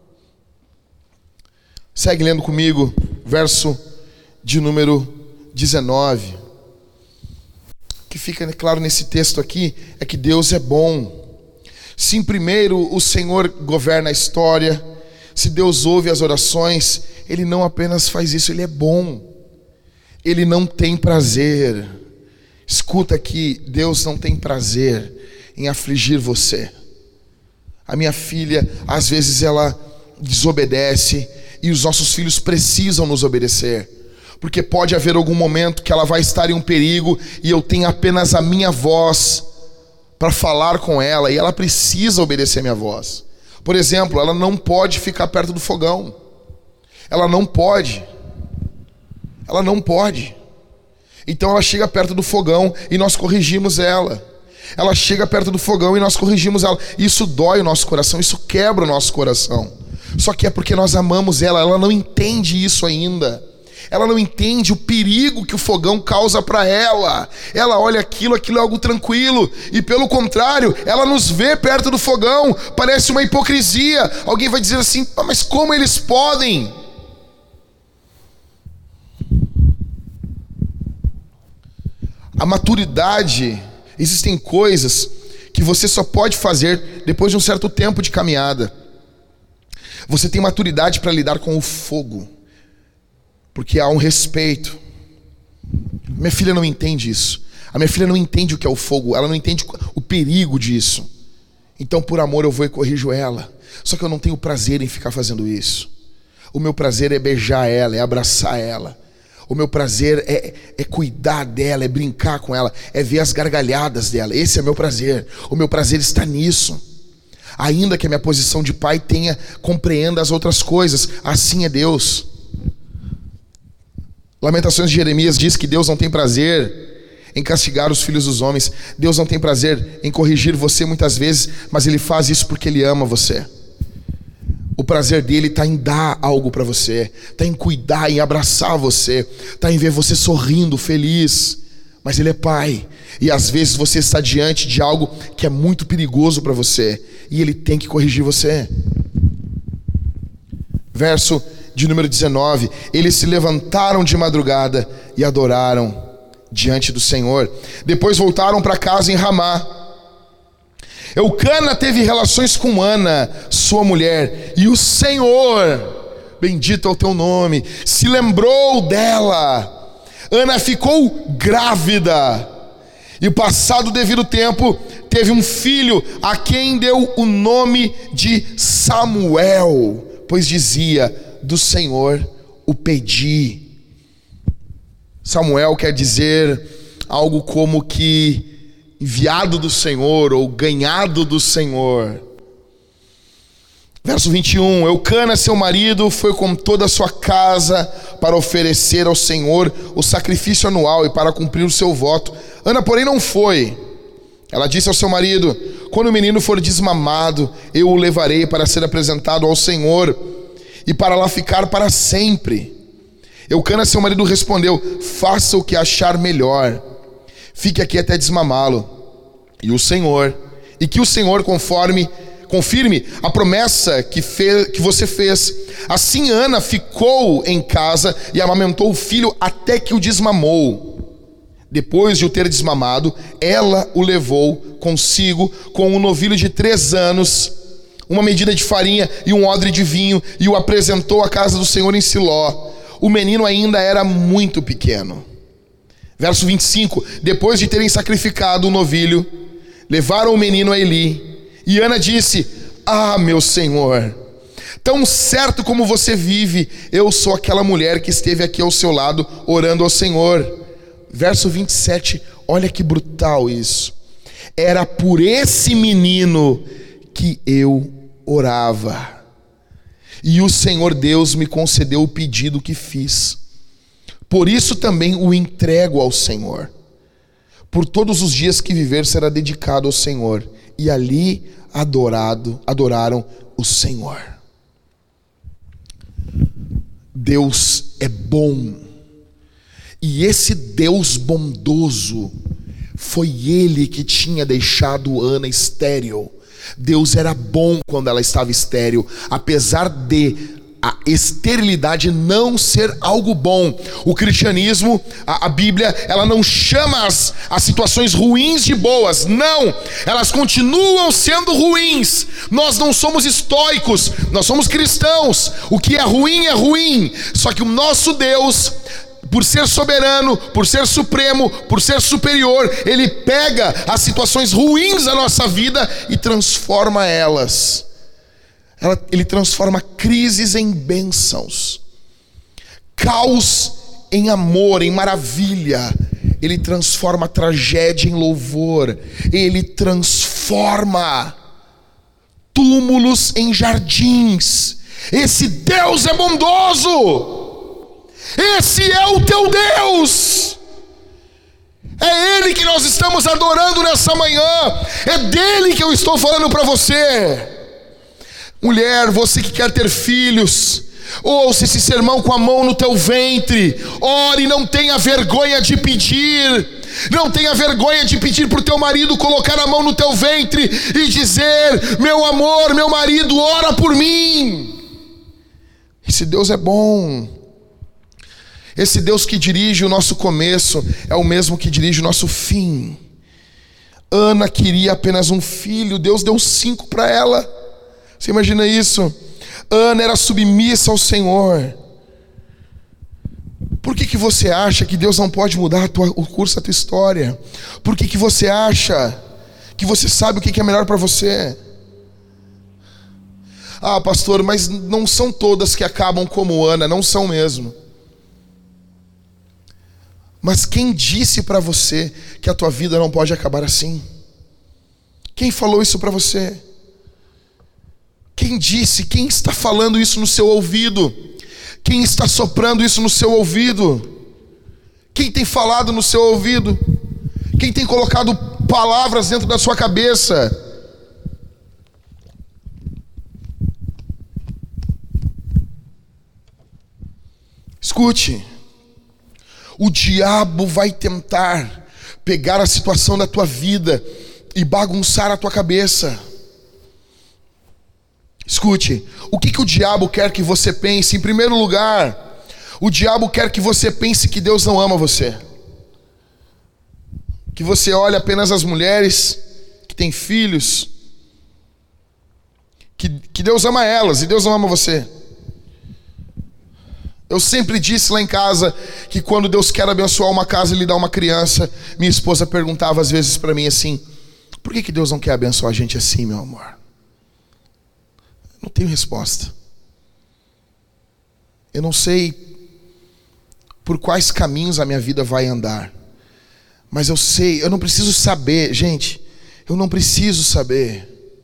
Segue lendo comigo, verso de número 19. O que fica claro nesse texto aqui é que Deus é bom. Sim, primeiro o Senhor governa a história. Se Deus ouve as orações, Ele não apenas faz isso, Ele é bom. Ele não tem prazer. Escuta aqui, Deus não tem prazer em afligir você. A minha filha, às vezes ela desobedece, e os nossos filhos precisam nos obedecer, porque pode haver algum momento que ela vai estar em um perigo e eu tenho apenas a minha voz para falar com ela, e ela precisa obedecer a minha voz. Por exemplo, ela não pode ficar perto do fogão. Ela não pode. Então ela chega perto do fogão e nós corrigimos ela. Ela chega perto do fogão e nós corrigimos ela. Isso dói o nosso coração, isso quebra o nosso coração. Só que é porque nós amamos ela. Ela não entende isso ainda. Ela não entende o perigo que o fogão causa para ela. Ela olha aquilo é algo tranquilo. E pelo contrário, ela nos vê perto do fogão. Parece uma hipocrisia. Alguém vai dizer assim, mas como eles podem? A maturidade, existem coisas que você só pode fazer depois de um certo tempo de caminhada. Você tem maturidade para lidar com o fogo, porque há um respeito. Minha filha não entende isso. A minha filha não entende o que é o fogo. Ela não entende o perigo disso. Então por amor eu vou e corrijo ela. Só que eu não tenho prazer em ficar fazendo isso. O meu prazer é beijar ela, é abraçar ela. O meu prazer é cuidar dela, é brincar com ela, é ver as gargalhadas dela. Esse é meu prazer. O meu prazer está nisso. Ainda que a minha posição de pai compreenda as outras coisas, assim é Deus. Lamentações de Jeremias diz que Deus não tem prazer em castigar os filhos dos homens. Deus não tem prazer em corrigir você muitas vezes, mas Ele faz isso porque Ele ama você. O prazer dele está em dar algo para você, está em cuidar, em abraçar você, está em ver você sorrindo, feliz. Mas Ele é Pai, e às vezes você está diante de algo que é muito perigoso para você, e Ele tem que corrigir você. Verso de número 19: eles se levantaram de madrugada e adoraram diante do Senhor. Depois voltaram para casa em Ramá. Eucana teve relações com Ana, sua mulher, e o Senhor, bendito é o teu nome, se lembrou dela. Ana ficou grávida, e passado o devido tempo, teve um filho, a quem deu o nome de Samuel, pois dizia: do Senhor o pedi. Samuel quer dizer algo como que enviado do Senhor ou ganhado do Senhor. Verso 21: Eucana, seu marido, foi com toda a sua casa para oferecer ao Senhor o sacrifício anual e para cumprir o seu voto. Ana, porém, não foi. Ela disse ao seu marido: quando o menino for desmamado, eu o levarei para ser apresentado ao Senhor e para lá ficar para sempre. Eucana, seu marido, respondeu: faça o que achar melhor, fique aqui até desmamá-lo. E que o Senhor confirme a promessa que você fez. Assim Ana ficou em casa e amamentou o filho até que o desmamou. Depois de o ter desmamado, ela o levou consigo com um novilho de 3 anos, uma medida de farinha e um odre de vinho, e o apresentou à casa do Senhor em Siló. O menino ainda era muito pequeno. Verso 25: depois de terem sacrificado o novilho, levaram o menino a Eli. E Ana disse: ah, meu senhor, tão certo como você vive, eu sou aquela mulher que esteve aqui ao seu lado orando ao Senhor. Verso 27, olha que brutal isso. Era por esse menino que eu orava, e o Senhor Deus me concedeu o pedido que fiz. Por isso também o entrego ao Senhor. Por todos os dias que viver será dedicado ao Senhor. E ali adoraram o Senhor. Deus é bom. E esse Deus bondoso, foi Ele que tinha deixado Ana estéril. Deus era bom quando ela estava estéril, apesar de a esterilidade não ser algo bom. O cristianismo, a Bíblia, ela não chama as situações ruins de boas. Não, elas continuam sendo ruins. Nós não somos estoicos, nós somos cristãos. O que é ruim, só que o nosso Deus, por ser soberano, por ser supremo, por ser superior, Ele pega as situações ruins da nossa vida e transforma elas. Ele transforma crises em bênçãos, caos em amor, em maravilha. Ele transforma tragédia em louvor. Ele transforma túmulos em jardins. Esse Deus é bondoso. Esse é o teu Deus. É Ele que nós estamos adorando nessa manhã. É dele que eu estou falando para você. Mulher, você que quer ter filhos, ouça esse sermão com a mão no teu ventre. Ore, não tenha vergonha de pedir. Não tenha vergonha de pedir para o teu marido colocar a mão no teu ventre e dizer: meu amor, meu marido, ora por mim. Esse Deus é bom. Esse Deus que dirige o nosso começo é o mesmo que dirige o nosso fim. Ana queria apenas um filho, Deus deu 5 para ela. Você imagina isso? Ana era submissa ao Senhor. Por que você acha que Deus não pode mudar o curso da tua história? Por que você acha que você sabe o que é melhor para você? Ah, pastor, mas não são todas que acabam como Ana, não são mesmo. Mas quem disse para você que a tua vida não pode acabar assim? Quem falou isso para você? Quem disse? Quem está falando isso no seu ouvido? Quem está soprando isso no seu ouvido? Quem tem falado no seu ouvido? Quem tem colocado palavras dentro da sua cabeça? Escute. O diabo vai tentar pegar a situação da tua vida e bagunçar a tua cabeça. Escute, o que o diabo quer que você pense? Em primeiro lugar, o diabo quer que você pense que Deus não ama você. Que você olhe apenas as mulheres que têm filhos, que Deus ama elas e Deus não ama você. Eu sempre disse lá em casa que quando Deus quer abençoar uma casa e lhe dá uma criança, minha esposa perguntava às vezes para mim assim: por que Deus não quer abençoar a gente assim, meu amor? Não tenho resposta. Eu não sei por quais caminhos a minha vida vai andar, mas eu sei, eu não preciso saber, gente, eu não preciso saber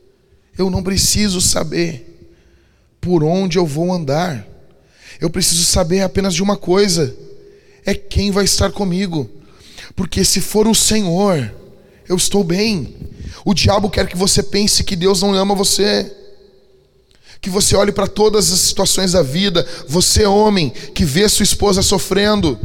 por onde eu vou andar. Eu preciso saber apenas de uma coisa: é quem vai estar comigo. Porque se for o Senhor, eu estou bem. O diabo quer que você pense que Deus não ama você. Que você olhe para todas as situações da vida. Você, homem, que vê sua esposa sofrendo,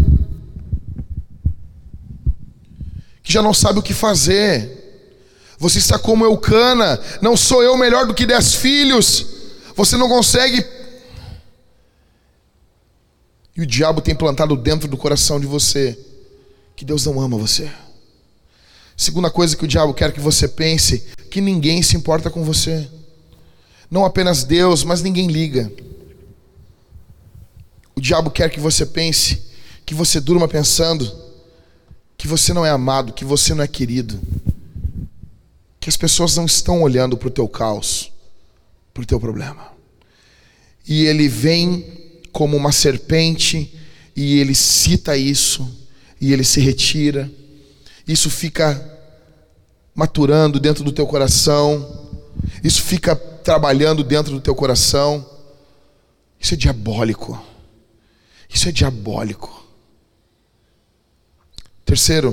que já não sabe o que fazer. Você está como Eucana. Não sou eu melhor do que 10 filhos. Você não consegue. E o diabo tem plantado dentro do coração de você que Deus não ama você. Segunda coisa que o diabo quer que você pense: que ninguém se importa com você. Não apenas Deus, mas ninguém liga. O diabo quer que você pense, que você durma pensando que você não é amado, que você não é querido, que as pessoas não estão olhando para o teu caos, para o teu problema. E ele vem como uma serpente e ele cita isso e ele se retira. Isso fica maturando dentro do teu coração. Isso fica trabalhando dentro do teu coração. Isso é diabólico. Isso é diabólico. Terceiro,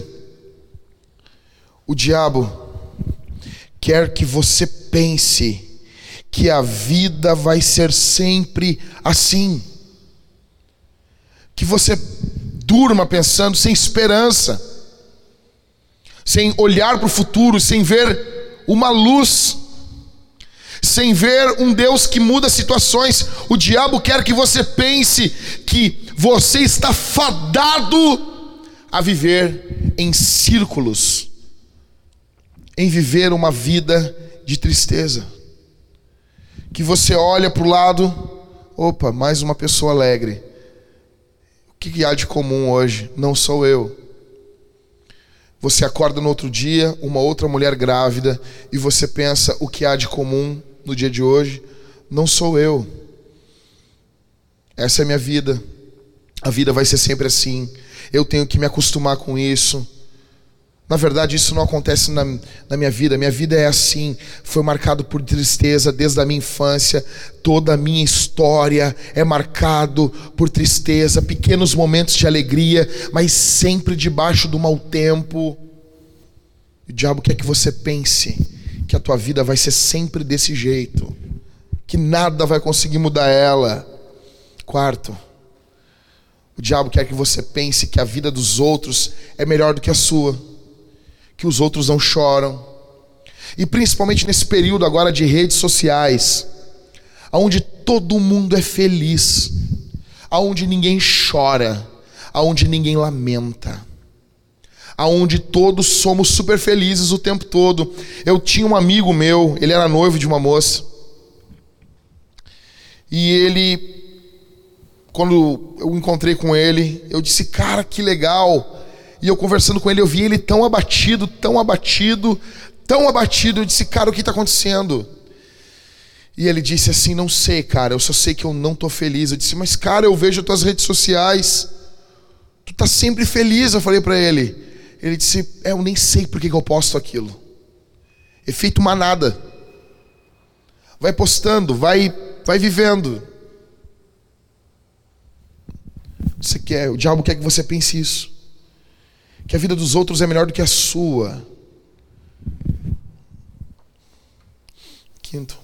o diabo quer que você pense que a vida vai ser sempre assim. Que você durma pensando sem esperança, sem olhar para o futuro, sem ver uma luz, sem ver um Deus que muda situações. O diabo quer que você pense que você está fadado a viver em círculos, em viver uma vida de tristeza. Que você olha para o lado, opa, mais uma pessoa alegre. O que há de comum hoje? Não sou eu. Você acorda no outro dia, uma outra mulher grávida, e você pensa: o que há de comum no dia de hoje? Não sou eu. Essa é a minha vida. A vida vai ser sempre assim. Eu tenho que me acostumar com isso. Na verdade, isso não acontece na minha vida. Minha vida é assim. Foi marcado por tristeza desde a minha infância. Toda a minha história é marcado por tristeza. Pequenos momentos de alegria, mas sempre debaixo do mau tempo. O diabo quer que você pense que a tua vida vai ser sempre desse jeito, que nada vai conseguir mudar ela. Quarto, o diabo quer que você pense que a vida dos outros é melhor do que a sua, que os outros não choram. E principalmente nesse período agora de redes sociais, onde todo mundo é feliz, onde ninguém chora, onde ninguém lamenta, onde todos somos super felizes o tempo todo. Eu tinha um amigo meu, ele era noivo de uma moça, e ele, quando eu encontrei com ele, eu disse: cara, que legal. E eu conversando com ele, eu vi ele tão abatido, tão abatido, tão abatido. Eu disse: cara, o que está acontecendo? E ele disse assim: não sei, cara, eu só sei que eu não estou feliz. Eu disse: mas cara, eu vejo as tuas redes sociais, tu tá sempre feliz. Eu falei para ele. Ele disse: eu nem sei por que eu posto aquilo. Efeito manada. Vai postando, vai vivendo. O diabo quer que você pense isso, que a vida dos outros é melhor do que a sua. Quinto,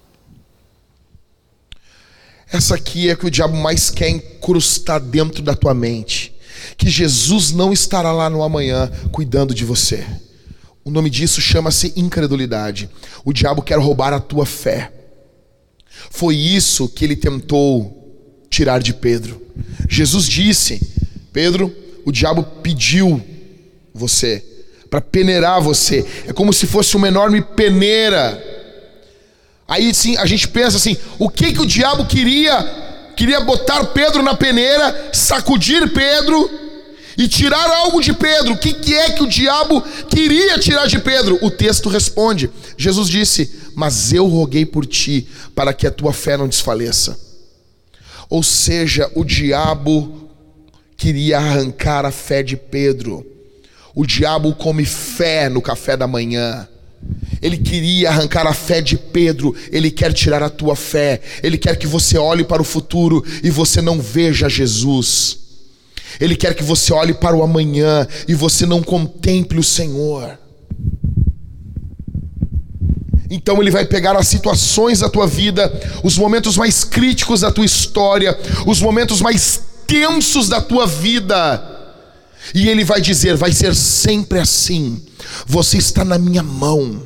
essa aqui é que o diabo mais quer incrustar dentro da tua mente: que Jesus não estará lá no amanhã cuidando de você. O nome disso chama-se incredulidade. O diabo quer roubar a tua fé. Foi isso que ele tentou tirar de Pedro. Jesus disse: Pedro, o diabo pediu você para peneirar você. É como se fosse uma enorme peneira. Aí sim, a gente pensa assim: o que o diabo queria? Queria botar Pedro na peneira, sacudir Pedro e tirar algo de Pedro. O que é que o diabo queria tirar de Pedro? O texto responde. Jesus disse: mas eu roguei por ti, para que a tua fé não desfaleça. Ou seja, o diabo queria arrancar a fé de Pedro. O diabo come fé no café da manhã. Ele queria arrancar a fé de Pedro. Ele quer tirar a tua fé. Ele quer que você olhe para o futuro e você não veja Jesus. Ele quer que você olhe para o amanhã e você não contemple o Senhor. Então Ele vai pegar as situações da tua vida, os momentos mais críticos da tua história, os momentos mais tensos da tua vida, e Ele vai dizer: vai ser sempre assim, você está na minha mão.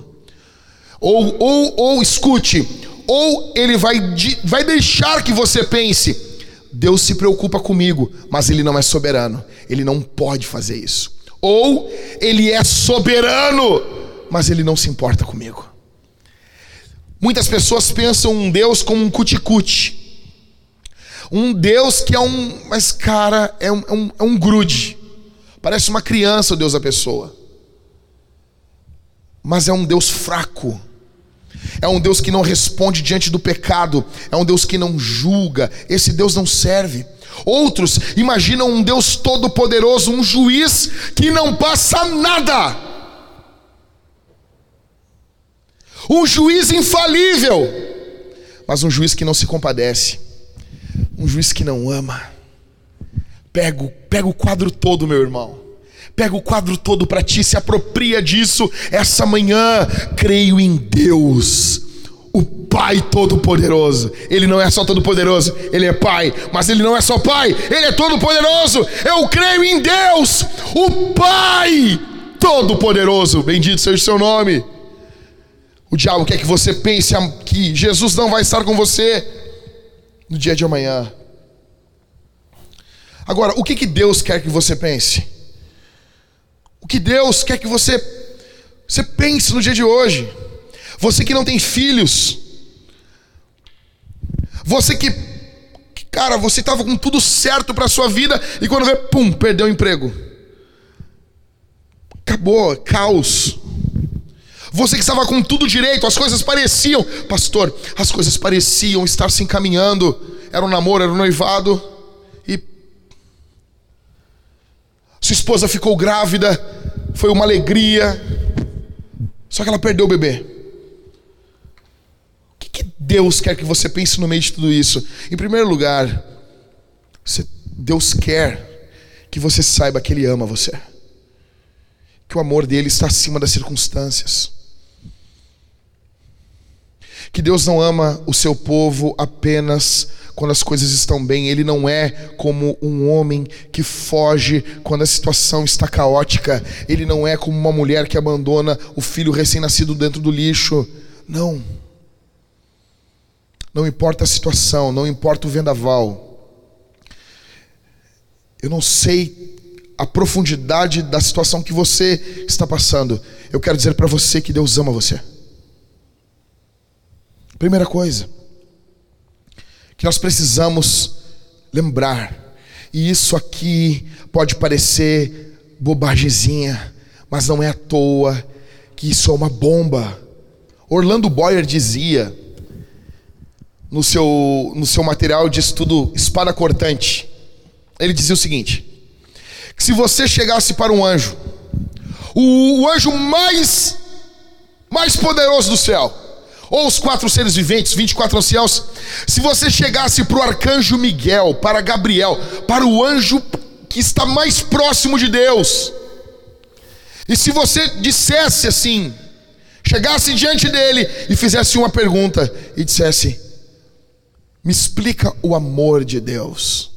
Ou escute, ou Ele vai deixar que você pense: Deus se preocupa comigo, mas Ele não é soberano, Ele não pode fazer isso. Ou Ele é soberano, mas Ele não se importa comigo. Muitas pessoas pensam um Deus como um cuticute, um Deus que mas cara, é um grude, parece uma criança o Deus da pessoa, mas é um Deus fraco, é um Deus que não responde diante do pecado, é um Deus que não julga. Esse Deus não serve. Outros imaginam um Deus todo poderoso, um juiz que não passa nada, um juiz infalível, mas um juiz que não se compadece, um juiz que não ama. Pega o quadro todo, meu irmão, pega o quadro todo para ti, se apropria disso essa manhã. Creio em Deus, o Pai Todo-Poderoso. Ele não é só Todo-Poderoso, Ele é Pai, mas Ele não é só Pai, Ele é Todo-Poderoso. Eu creio em Deus, o Pai Todo-Poderoso, bendito seja o seu nome. O diabo quer que você pense que Jesus não vai estar com você no dia de amanhã. Agora, o que Deus quer que você pense? O que Deus quer que você pense no dia de hoje? Você que não tem filhos, você que cara, você estava com tudo certo para a sua vida e quando vê, pum, perdeu o emprego. Acabou, caos. Você que estava com tudo direito, as coisas pareciam, pastor, as coisas pareciam estar se encaminhando, era um namoro, era um noivado, e sua esposa ficou grávida, foi uma alegria, só que ela perdeu o bebê. O que Deus quer que você pense no meio de tudo isso? Em primeiro lugar, Deus quer que você saiba que Ele ama você, que o amor dele está acima das circunstâncias, que Deus não ama o seu povo apenas quando as coisas estão bem. Ele não é como um homem que foge quando a situação está caótica. Ele não é como uma mulher que abandona o filho recém-nascido dentro do lixo. Não. Não importa a situação, não importa o vendaval. Eu não sei a profundidade da situação que você está passando. Eu quero dizer para você que Deus ama você. Primeira coisa que nós precisamos lembrar, e isso aqui pode parecer bobagemzinha, mas não é à toa que isso é uma bomba. Orlando Boyer dizia no seu material de estudo Espada Cortante, ele dizia o seguinte: que se você chegasse para um anjo, o anjo mais poderoso do céu, ou os 4 seres viventes, 24 anciãos, se você chegasse para o arcanjo Miguel, para Gabriel, para o anjo que está mais próximo de Deus, e se você dissesse assim, chegasse diante dele e fizesse uma pergunta e dissesse: me explica o amor de Deus,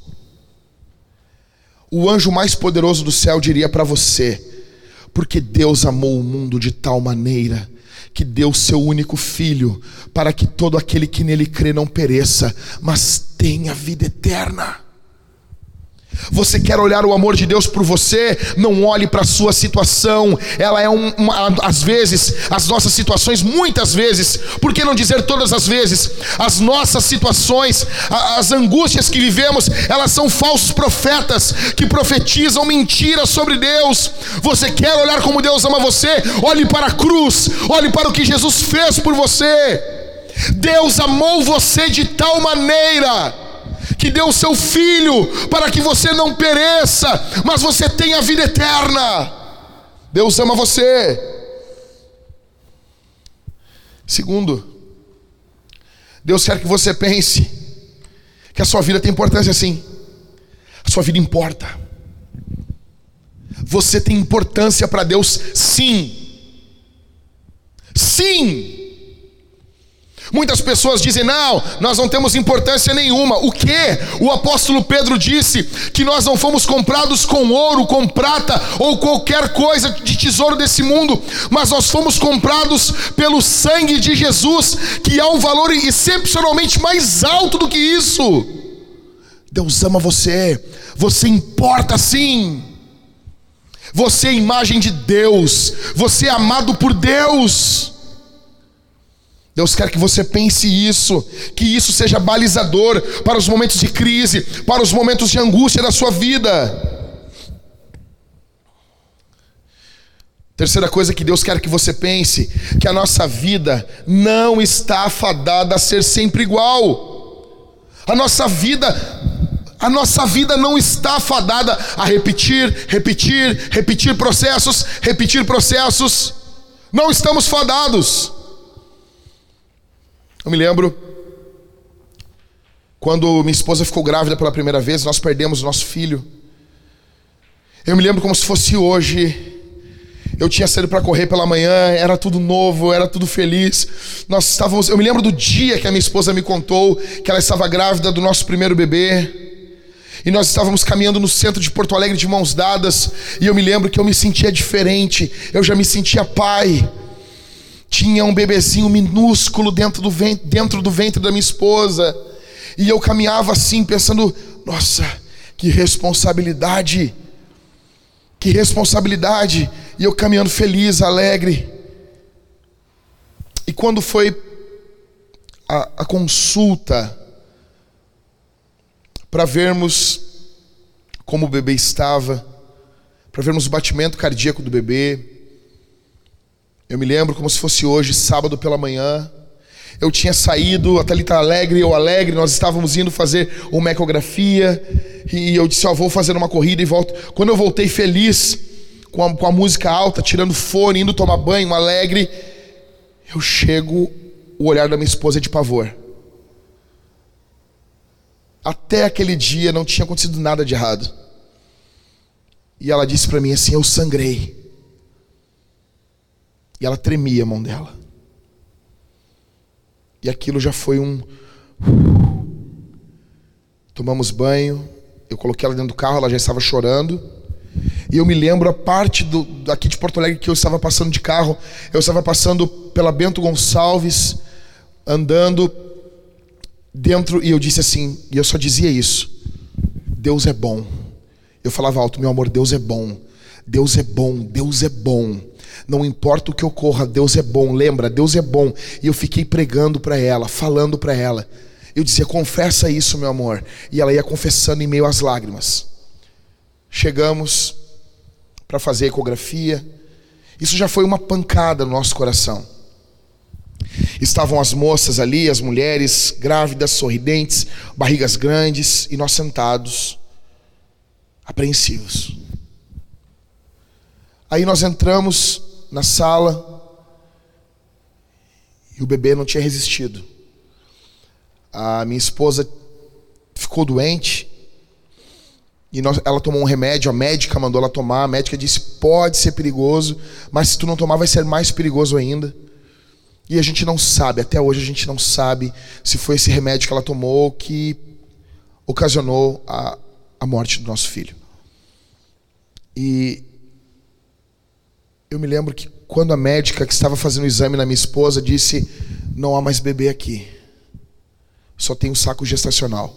o anjo mais poderoso do céu diria para você: porque Deus amou o mundo de tal maneira que deu seu único filho, para que todo aquele que nele crê não pereça, mas tenha vida eterna. Você quer olhar o amor de Deus por você? Não olhe para a sua situação. Ela é às vezes, as nossas situações, muitas vezes, por que não dizer todas as vezes, as nossas situações, as angústias que vivemos, elas são falsos profetas que profetizam mentiras sobre Deus. Você quer olhar como Deus ama você? Olhe para a cruz, olhe para o que Jesus fez por você. Deus amou você de tal maneira que deu o seu filho para que você não pereça, mas você tenha a vida eterna. Deus ama você. Segundo, Deus quer que você pense que a sua vida tem importância, sim. A sua vida importa. Você tem importância para Deus, sim. Sim. Muitas pessoas dizem, não, nós não temos importância nenhuma. O quê? O apóstolo Pedro disse que nós não fomos comprados com ouro, com prata ou qualquer coisa de tesouro desse mundo, mas nós fomos comprados pelo sangue de Jesus, que há um valor excepcionalmente mais alto do que isso. Deus ama você, você importa sim. Você é imagem de Deus, você é amado por Deus. Deus quer que você pense isso, que isso seja balizador para os momentos de crise, para os momentos de angústia da sua vida. Terceira coisa que Deus quer que você pense, que a nossa vida não está afadada a ser sempre igual. A nossa vida não está afadada a repetir processos. Não estamos fadados. Eu me lembro quando minha esposa ficou grávida pela primeira vez, nós perdemos o nosso filho. Eu me lembro como se fosse hoje. Eu tinha saído para correr pela manhã, era tudo novo, era tudo feliz. Eu me lembro do dia que a minha esposa me contou que ela estava grávida do nosso primeiro bebê. E nós estávamos caminhando no centro de Porto Alegre de mãos dadas. E eu me lembro que eu me sentia diferente, eu já me sentia pai. Tinha um bebezinho minúsculo dentro do ventre da minha esposa. E eu caminhava assim pensando, nossa, que responsabilidade. Que responsabilidade. E eu caminhando feliz, alegre. E quando foi a consulta para vermos como o bebê estava, para vermos o batimento cardíaco do bebê, eu me lembro como se fosse hoje, sábado pela manhã. Eu tinha saído, a Thalita alegre, eu alegre, nós estávamos indo fazer uma ecografia. E eu disse, vou fazer uma corrida e volto. Quando eu voltei feliz, com a música alta, tirando fone, indo tomar banho, alegre, eu chego, o olhar da minha esposa é de pavor. Até aquele dia não tinha acontecido nada de errado. E ela disse para mim assim, eu sangrei. E ela tremia a mão dela. E aquilo já foi Tomamos banho. Eu coloquei ela dentro do carro, ela já estava chorando. E eu me lembro a parte daqui de Porto Alegre que eu estava passando de carro. Eu estava passando pela Bento Gonçalves, andando dentro. E eu disse assim, e eu só dizia isso: Deus é bom. Eu falava alto, meu amor, Deus é bom. Deus é bom, Deus é bom. Não importa o que ocorra, Deus é bom. Lembra, Deus é bom. E eu fiquei pregando para ela, falando para ela. Eu dizia, confessa isso, meu amor. E ela ia confessando em meio às lágrimas. Chegamos para fazer a ecografia. Isso já foi uma pancada no nosso coração. Estavam as moças ali, as mulheres grávidas, sorridentes, barrigas grandes, e nós sentados, apreensivos. Aí nós entramos na sala e o bebê não tinha resistido. A minha esposa ficou doente e ela tomou um remédio, a médica mandou ela tomar. A médica disse, pode ser perigoso, mas se tu não tomar vai ser mais perigoso ainda. E a gente não sabe, até hoje a gente não sabe se foi esse remédio que ela tomou que ocasionou a morte do nosso filho. E eu me lembro que quando a médica que estava fazendo o exame na minha esposa disse, não há mais bebê aqui, só tem um saco gestacional.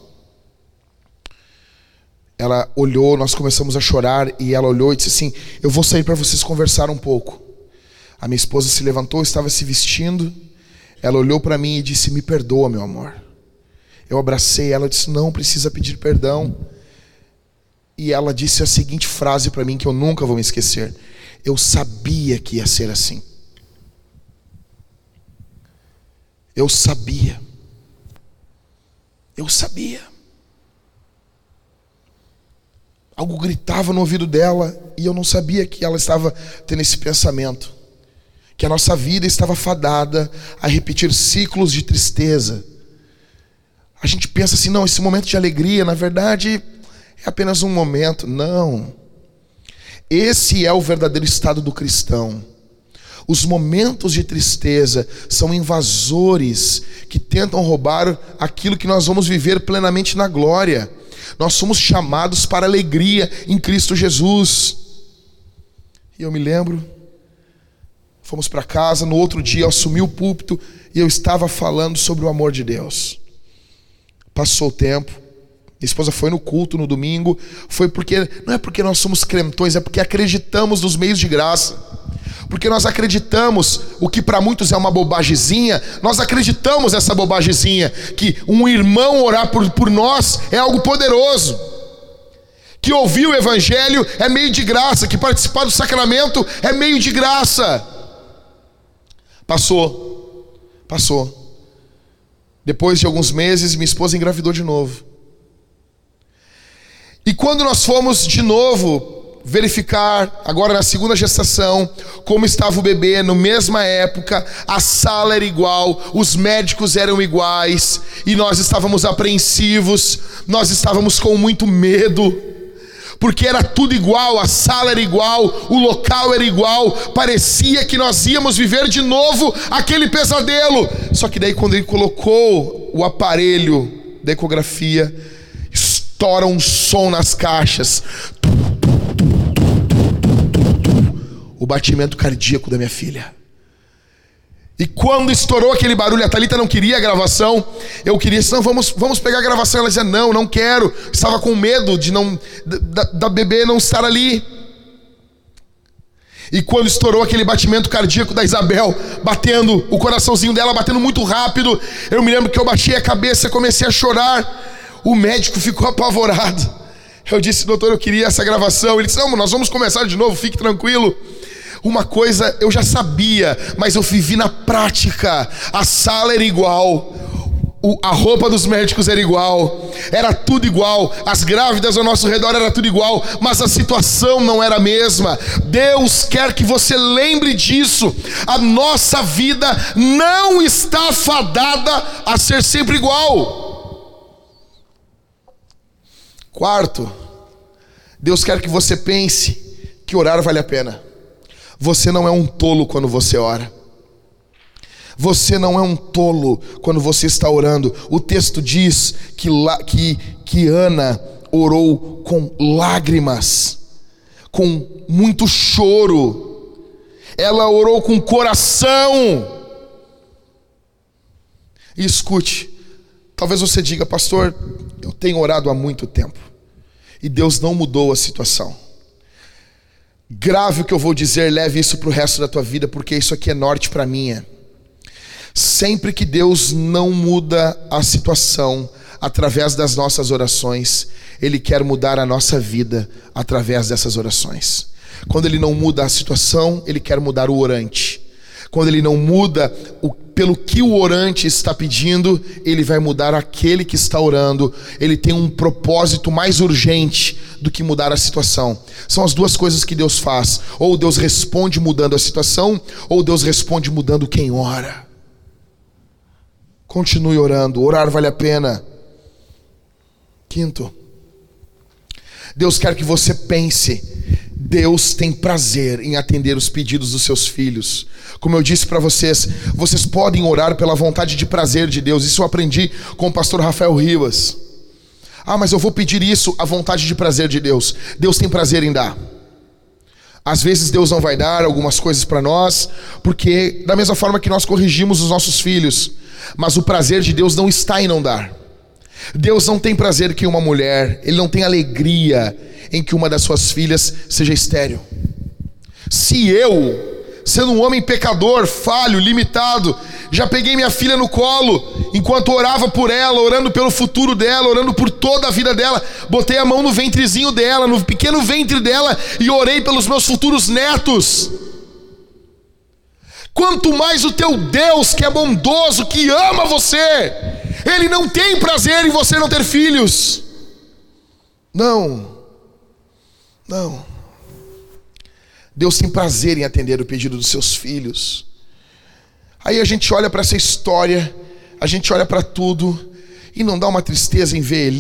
Ela olhou, nós começamos a chorar e ela olhou e disse assim, eu vou sair para vocês conversar um pouco. A minha esposa se levantou, estava se vestindo, ela olhou para mim e disse, me perdoa, meu amor. Eu abracei ela e disse, não precisa pedir perdão. E ela disse a seguinte frase para mim que eu nunca vou me esquecer: eu sabia que ia ser assim. Eu sabia. Eu sabia. Algo gritava no ouvido dela e eu não sabia que ela estava tendo esse pensamento. Que a nossa vida estava fadada a repetir ciclos de tristeza. A gente pensa assim, não, esse momento de alegria, na verdade, é apenas um momento. Não. Esse é o verdadeiro estado do cristão. Os momentos de tristeza são invasores que tentam roubar aquilo que nós vamos viver plenamente na glória. Nós somos chamados para alegria em Cristo Jesus. E eu me lembro, fomos para casa, no outro dia eu assumi o púlpito e eu estava falando sobre o amor de Deus. Passou o tempo, minha esposa foi no culto no domingo, não é porque nós somos crentões, é porque acreditamos nos meios de graça. Porque nós acreditamos, o que para muitos é uma bobagemzinha, nós acreditamos essa bobagemzinha, que um irmão orar por nós é algo poderoso. Que ouvir o evangelho é meio de graça, que participar do sacramento é meio de graça. Passou. Depois de alguns meses, minha esposa engravidou de novo. E quando nós fomos de novo verificar, agora na segunda gestação, como estava o bebê, na mesma época, a sala era igual, os médicos eram iguais, e nós estávamos apreensivos, nós estávamos com muito medo, porque era tudo igual, a sala era igual, o local era igual, parecia que nós íamos viver de novo aquele pesadelo. Só que daí quando ele colocou o aparelho da ecografia, estoura um som nas caixas, o batimento cardíaco da minha filha. E quando estourou aquele barulho, a Thalita não queria a gravação, eu queria, não, vamos pegar a gravação. Ela dizia, não quero, estava com medo de da bebê não estar ali. E quando estourou aquele batimento cardíaco da Isabel, batendo, o coraçãozinho dela batendo muito rápido, eu me lembro que eu baixei a cabeça e comecei a chorar. O médico ficou apavorado. Eu disse, doutor, eu queria essa gravação. Ele disse, não, nós vamos começar de novo, fique tranquilo. Uma coisa eu já sabia, mas eu vivi na prática. A sala era igual, a roupa dos médicos era igual, era tudo igual, as grávidas ao nosso redor era tudo igual, mas a situação não era a mesma. Deus quer que você lembre disso. A nossa vida não está fadada a ser sempre igual. Quarto, Deus quer que você pense que orar vale a pena. Você não é um tolo quando você ora. Você não é um tolo quando você está orando. O texto diz que Ana orou com lágrimas, com muito choro. Ela orou com coração. E escute, talvez você diga, pastor, eu tenho orado há muito tempo e Deus não mudou a situação. Grave o que eu vou dizer, leve isso para o resto da tua vida, porque isso aqui é norte para minha. Sempre que Deus não muda a situação através das nossas orações, Ele quer mudar a nossa vida através dessas orações. Quando Ele não muda a situação, Ele quer mudar o orante. Quando Ele não muda pelo que o orante está pedindo, Ele vai mudar aquele que está orando. Ele tem um propósito mais urgente do que mudar a situação. São as duas coisas que Deus faz. Ou Deus responde mudando a situação, ou Deus responde mudando quem ora. Continue orando, orar vale a pena. Quinto, Deus quer que você pense, Deus tem prazer em atender os pedidos dos seus filhos. Como eu disse para vocês, vocês podem orar pela vontade de prazer de Deus. Isso eu aprendi com o pastor Rafael Rivas. Mas eu vou pedir isso, a vontade de prazer de Deus. Deus tem prazer em dar. Às vezes Deus não vai dar algumas coisas para nós, porque da mesma forma que nós corrigimos os nossos filhos, mas o prazer de Deus não está em não dar. Deus não tem prazer que uma mulher, Ele não tem alegria em que uma das suas filhas seja estéril. Se eu, sendo um homem pecador, falho, limitado, já peguei minha filha no colo, enquanto orava por ela, orando pelo futuro dela, orando por toda a vida dela, botei a mão no ventrezinho dela, no pequeno ventre dela, e orei pelos meus futuros netos. Quanto mais o teu Deus, que é bondoso, que ama você, Ele não tem prazer em você não ter filhos. Não. Deus tem prazer em atender o pedido dos seus filhos. Aí a gente olha para essa história, a gente olha para tudo, e não dá uma tristeza em ver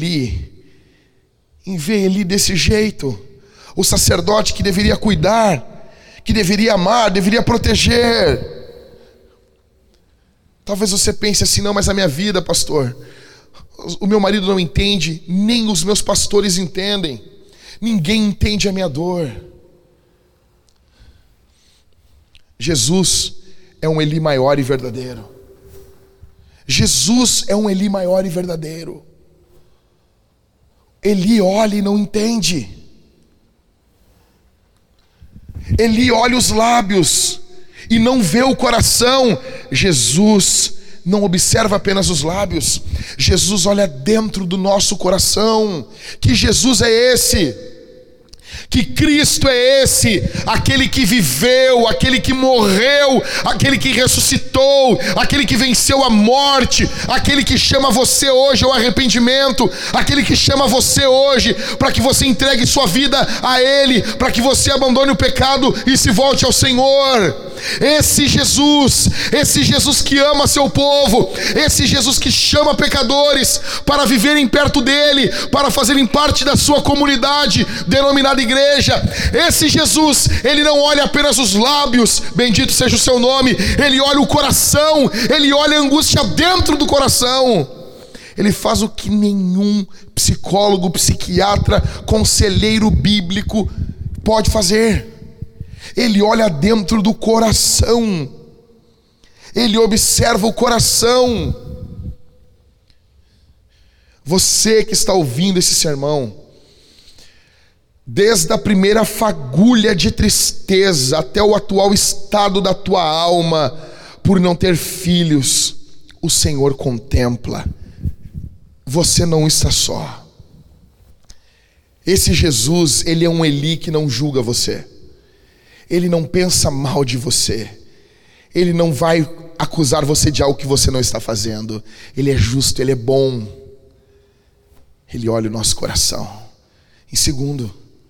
Eli desse jeito. O sacerdote que deveria cuidar, que deveria amar, deveria proteger. Talvez você pense assim: não, mas a minha vida, pastor, o meu marido não entende, nem os meus pastores entendem, ninguém entende a minha dor. Jesus é um Eli maior e verdadeiro. Jesus é um Eli maior e verdadeiro. Eli olha e não entende. Eli olha os lábios e não vê o coração. Jesus não observa apenas os lábios. Jesus olha dentro do nosso coração. Que Jesus é esse? Que Cristo é esse? Aquele que viveu, aquele que morreu, aquele que ressuscitou, aquele que venceu a morte, aquele que chama você hoje ao arrependimento, aquele que chama você hoje para que você entregue sua vida a Ele, para que você abandone o pecado e se volte ao Senhor. Esse Jesus que ama seu povo, esse Jesus que chama pecadores para viverem perto dele, para fazerem parte da sua comunidade denominada igreja. Esse Jesus, ele não olha apenas os lábios, bendito seja o seu nome, ele olha o coração, ele olha a angústia dentro do coração. Ele faz o que nenhum psicólogo, psiquiatra, conselheiro bíblico pode fazer. Ele olha dentro do coração. Ele observa o coração. Você que está ouvindo esse sermão, desde a primeira fagulha de tristeza até o atual estado da tua alma por não ter filhos, o Senhor contempla. Você não está só. Esse Jesus, ele é um Eli que não julga você. Ele não pensa mal de você. Ele não vai acusar você de algo que você não está fazendo. Ele é justo, ele é bom. Ele olha o nosso coração. Em segundo,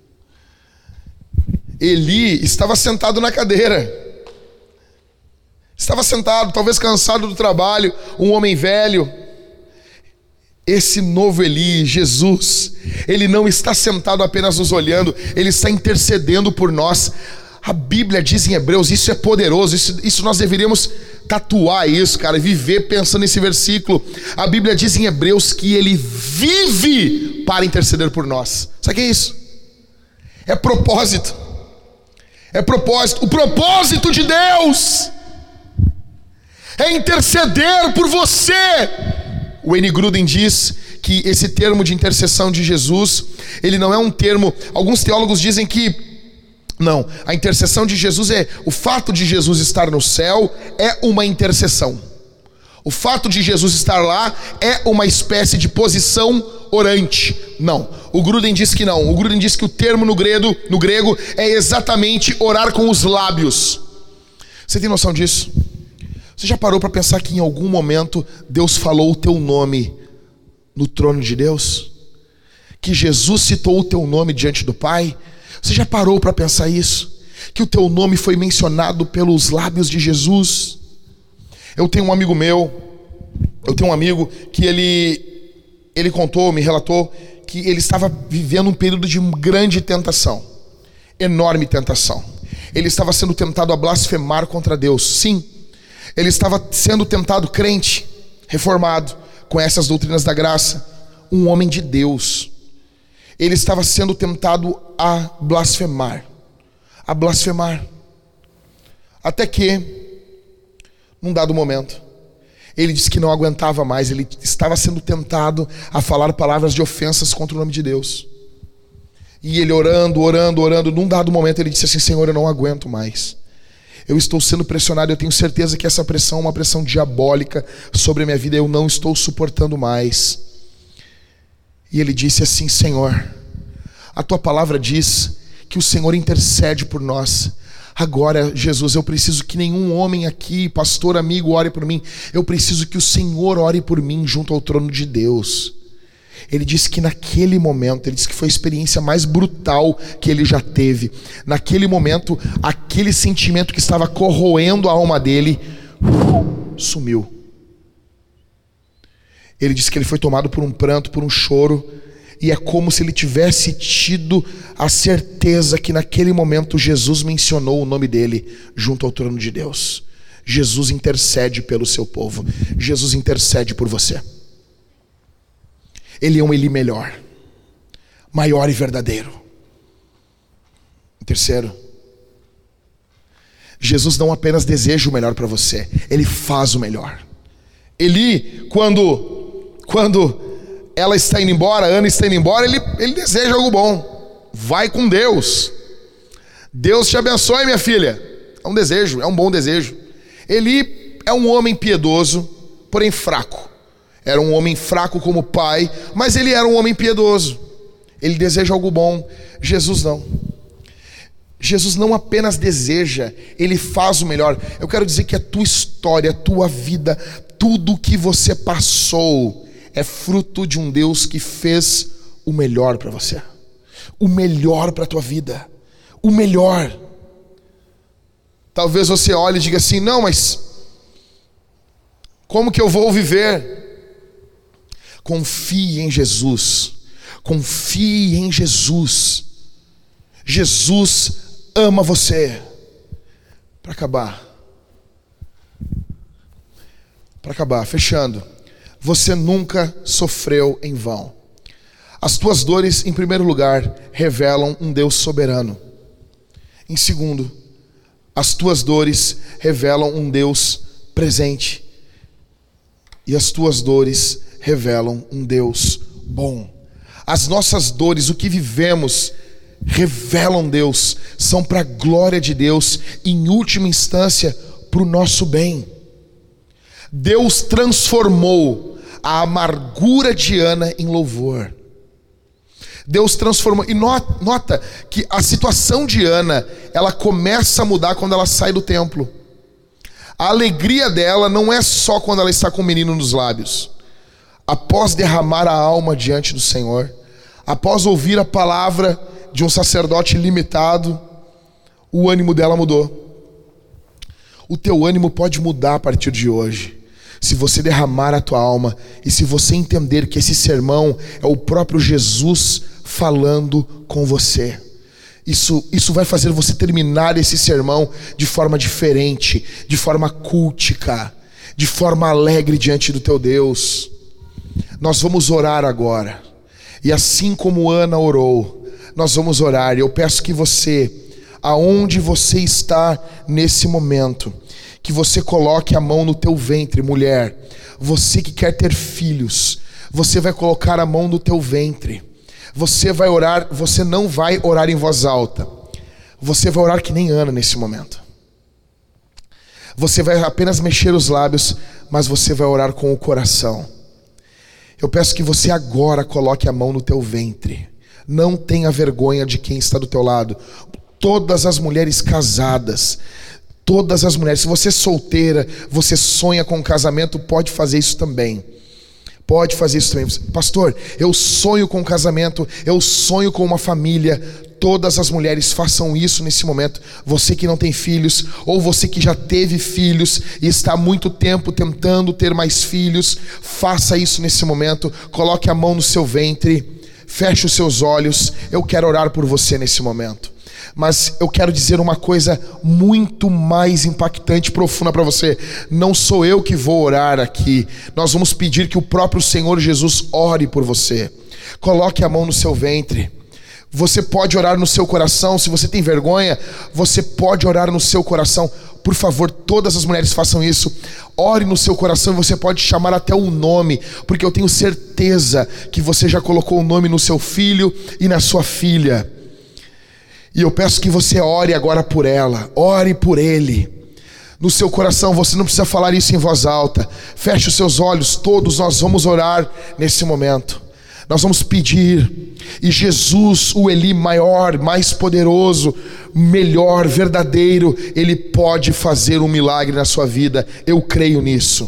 Eli estava sentado na cadeira. Estava sentado, talvez cansado do trabalho, um homem velho. Esse novo Eli, Jesus, ele não está sentado apenas nos olhando, ele está intercedendo por nós. A Bíblia diz em Hebreus, isso é poderoso, isso nós deveríamos tatuar isso, cara, viver pensando nesse versículo. A Bíblia diz em Hebreus que ele vive para interceder por nós. Sabe o que é isso? É propósito. É propósito. O propósito de Deus é interceder por você. O N. Gruden diz que esse termo de intercessão de Jesus, ele não é um termo, alguns teólogos dizem que não, a intercessão de Jesus é, o fato de Jesus estar no céu é uma intercessão. O fato de Jesus estar lá é uma espécie de posição orante. Não, o Gruden diz que não. O Gruden diz que o termo no grego é exatamente orar com os lábios. Você tem noção disso? Você já parou para pensar que em algum momento Deus falou o teu nome no trono de Deus? Que Jesus citou o teu nome diante do Pai? Você já parou para pensar isso? Que o teu nome foi mencionado pelos lábios de Jesus? Eu tenho um amigo que ele contou, me relatou que ele estava vivendo um período de grande tentação, enorme tentação. Ele estava sendo tentado a blasfemar contra Deus. Sim, ele estava sendo tentado, crente, reformado, com essas doutrinas da graça, um homem de Deus. Ele estava sendo tentado a blasfemar. Até que, num dado momento, ele disse que não aguentava mais. Ele estava sendo tentado a falar palavras de ofensas contra o nome de Deus. E ele orando. Num dado momento ele disse assim: Senhor, eu não aguento mais. Eu estou sendo pressionado. Eu tenho certeza que essa pressão é uma pressão diabólica sobre a minha vida. Eu não estou suportando mais. E ele disse assim: Senhor, a tua palavra diz que o Senhor intercede por nós. Agora, Jesus, eu preciso que nenhum homem aqui, pastor, amigo, ore por mim. Eu preciso que o Senhor ore por mim junto ao trono de Deus. Ele disse que naquele momento, ele disse que foi a experiência mais brutal que ele já teve. Naquele momento, aquele sentimento que estava corroendo a alma dele, sumiu. Ele disse que ele foi tomado por um pranto, por um choro, e é como se ele tivesse tido a certeza que naquele momento Jesus mencionou o nome dele junto ao trono de Deus. Jesus intercede pelo seu povo. Jesus intercede por você. Ele é um Eli melhor, maior e verdadeiro. Terceiro, Jesus não apenas deseja o melhor para você, ele faz o melhor. Eli, quando ela está indo embora, Ana está indo embora, ele deseja algo bom. Vai com Deus. Deus te abençoe, minha filha. É um desejo, é um bom desejo. Eli é um homem piedoso, porém fraco. Era um homem fraco como pai, mas ele era um homem piedoso. Ele deseja algo bom. Jesus não. Jesus não apenas deseja, ele faz o melhor. Eu quero dizer que a tua história, a tua vida, tudo que você passou é fruto de um Deus que fez o melhor para você. O melhor para a tua vida. O melhor. Talvez você olhe e diga assim: não, mas como que eu vou viver? Confie em Jesus. Confie em Jesus. Jesus ama você. Para acabar, fechando, você nunca sofreu em vão. As tuas dores, em primeiro lugar, revelam um Deus soberano. Em segundo, as tuas dores revelam um Deus presente. E as tuas dores revelam um Deus bom. As nossas dores, o que vivemos, revelam Deus, são para a glória de Deus, e em última instância, para o nosso bem. Deus transformou a amargura de Ana em louvor. Deus transformou, e nota que a situação de Ana, ela começa a mudar quando ela sai do templo. A alegria dela não é só quando ela está com o menino nos lábios. Após derramar a alma diante do Senhor, após ouvir a palavra de um sacerdote limitado, o ânimo dela mudou. O teu ânimo pode mudar a partir de hoje, se você derramar a tua alma e se você entender que esse sermão é o próprio Jesus falando com você. Isso vai fazer você terminar esse sermão de forma diferente, de forma cultica, de forma alegre diante do teu Deus. Nós vamos orar agora, e assim como Ana orou, nós vamos orar. Eu peço que você, aonde você está nesse momento, que você coloque a mão no teu ventre, mulher. Você que quer ter filhos, você vai colocar a mão no teu ventre. Você vai orar, você não vai orar em voz alta. Você vai orar que nem Ana nesse momento. Você vai apenas mexer os lábios, mas você vai orar com o coração. Eu peço que você agora coloque a mão no teu ventre. Não tenha vergonha de quem está do teu lado. Todas as mulheres casadas, todas as mulheres, se você é solteira, você sonha com um casamento, pode fazer isso também. Pode fazer isso também. Pastor, eu sonho com um casamento, eu sonho com uma família. Todas as mulheres façam isso nesse momento. Você que não tem filhos, ou você que já teve filhos e está há muito tempo tentando ter mais filhos, faça isso nesse momento. Coloque a mão no seu ventre, feche os seus olhos. Eu quero orar por você nesse momento. Mas eu quero dizer uma coisa muito mais impactante, profunda para você. Não sou eu que vou orar aqui. Nós vamos pedir que o próprio Senhor Jesus ore por você. Coloque a mão no seu ventre. Você pode orar no seu coração. Se você tem vergonha, você pode orar no seu coração. Por favor, todas as mulheres façam isso. Ore no seu coração. Você pode chamar até o nome, porque eu tenho certeza que você já colocou o nome no seu filho e na sua filha. E eu peço que você ore agora por ela. Ore por ele. No seu coração, você não precisa falar isso em voz alta. Feche os seus olhos. Todos nós vamos orar nesse momento. Nós vamos pedir. E Jesus, o Eli maior, mais poderoso, melhor, verdadeiro, ele pode fazer um milagre na sua vida. Eu creio nisso.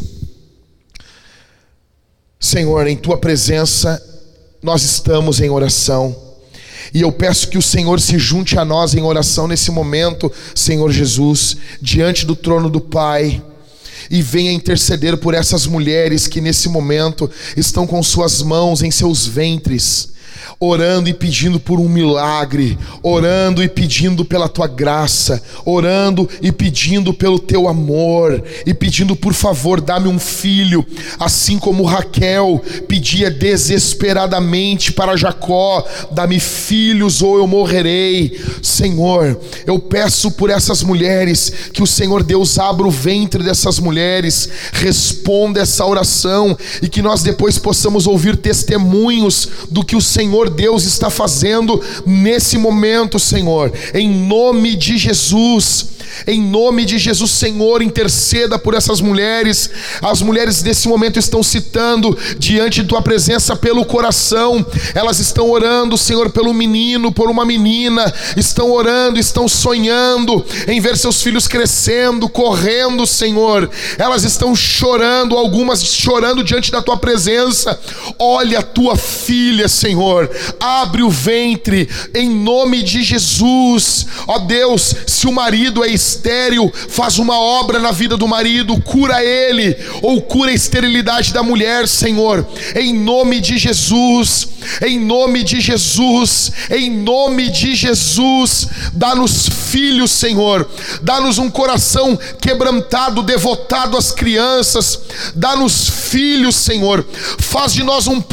Senhor, em tua presença nós estamos em oração. E eu peço que o Senhor se junte a nós em oração nesse momento, Senhor Jesus, diante do trono do Pai, e venha interceder por essas mulheres que nesse momento estão com suas mãos em seus ventres. orando e pedindo por um milagre, orando e pedindo pela tua graça, orando e pedindo pelo teu amor, e pedindo, por favor, dá-me um filho, assim como Raquel pedia desesperadamente para Jacó: dá-me filhos ou eu morrerei. Senhor, eu peço por essas mulheres, que o Senhor Deus abra o ventre dessas mulheres, responda essa oração, e que nós depois possamos ouvir testemunhos do que o Senhor Deus está fazendo nesse momento, Senhor, em nome de Jesus. Em nome de Jesus, Senhor, interceda por essas mulheres. As mulheres nesse momento estão citando diante de tua presença pelo coração. Elas estão orando, Senhor, pelo menino, por uma menina. Estão orando, estão sonhando em ver seus filhos crescendo, correndo, Senhor. Elas estão chorando, algumas chorando diante da tua presença. Olha a tua filha, Senhor, abre o ventre em nome de Jesus. Ó Deus, se o marido é estéril, faz uma obra na vida do marido, cura ele, ou cura a esterilidade da mulher, Senhor, em nome de Jesus, em nome de Jesus, em nome de Jesus. Dá-nos filhos, Senhor, dá-nos um coração quebrantado, devotado às crianças, dá-nos filhos, Senhor, faz de nós um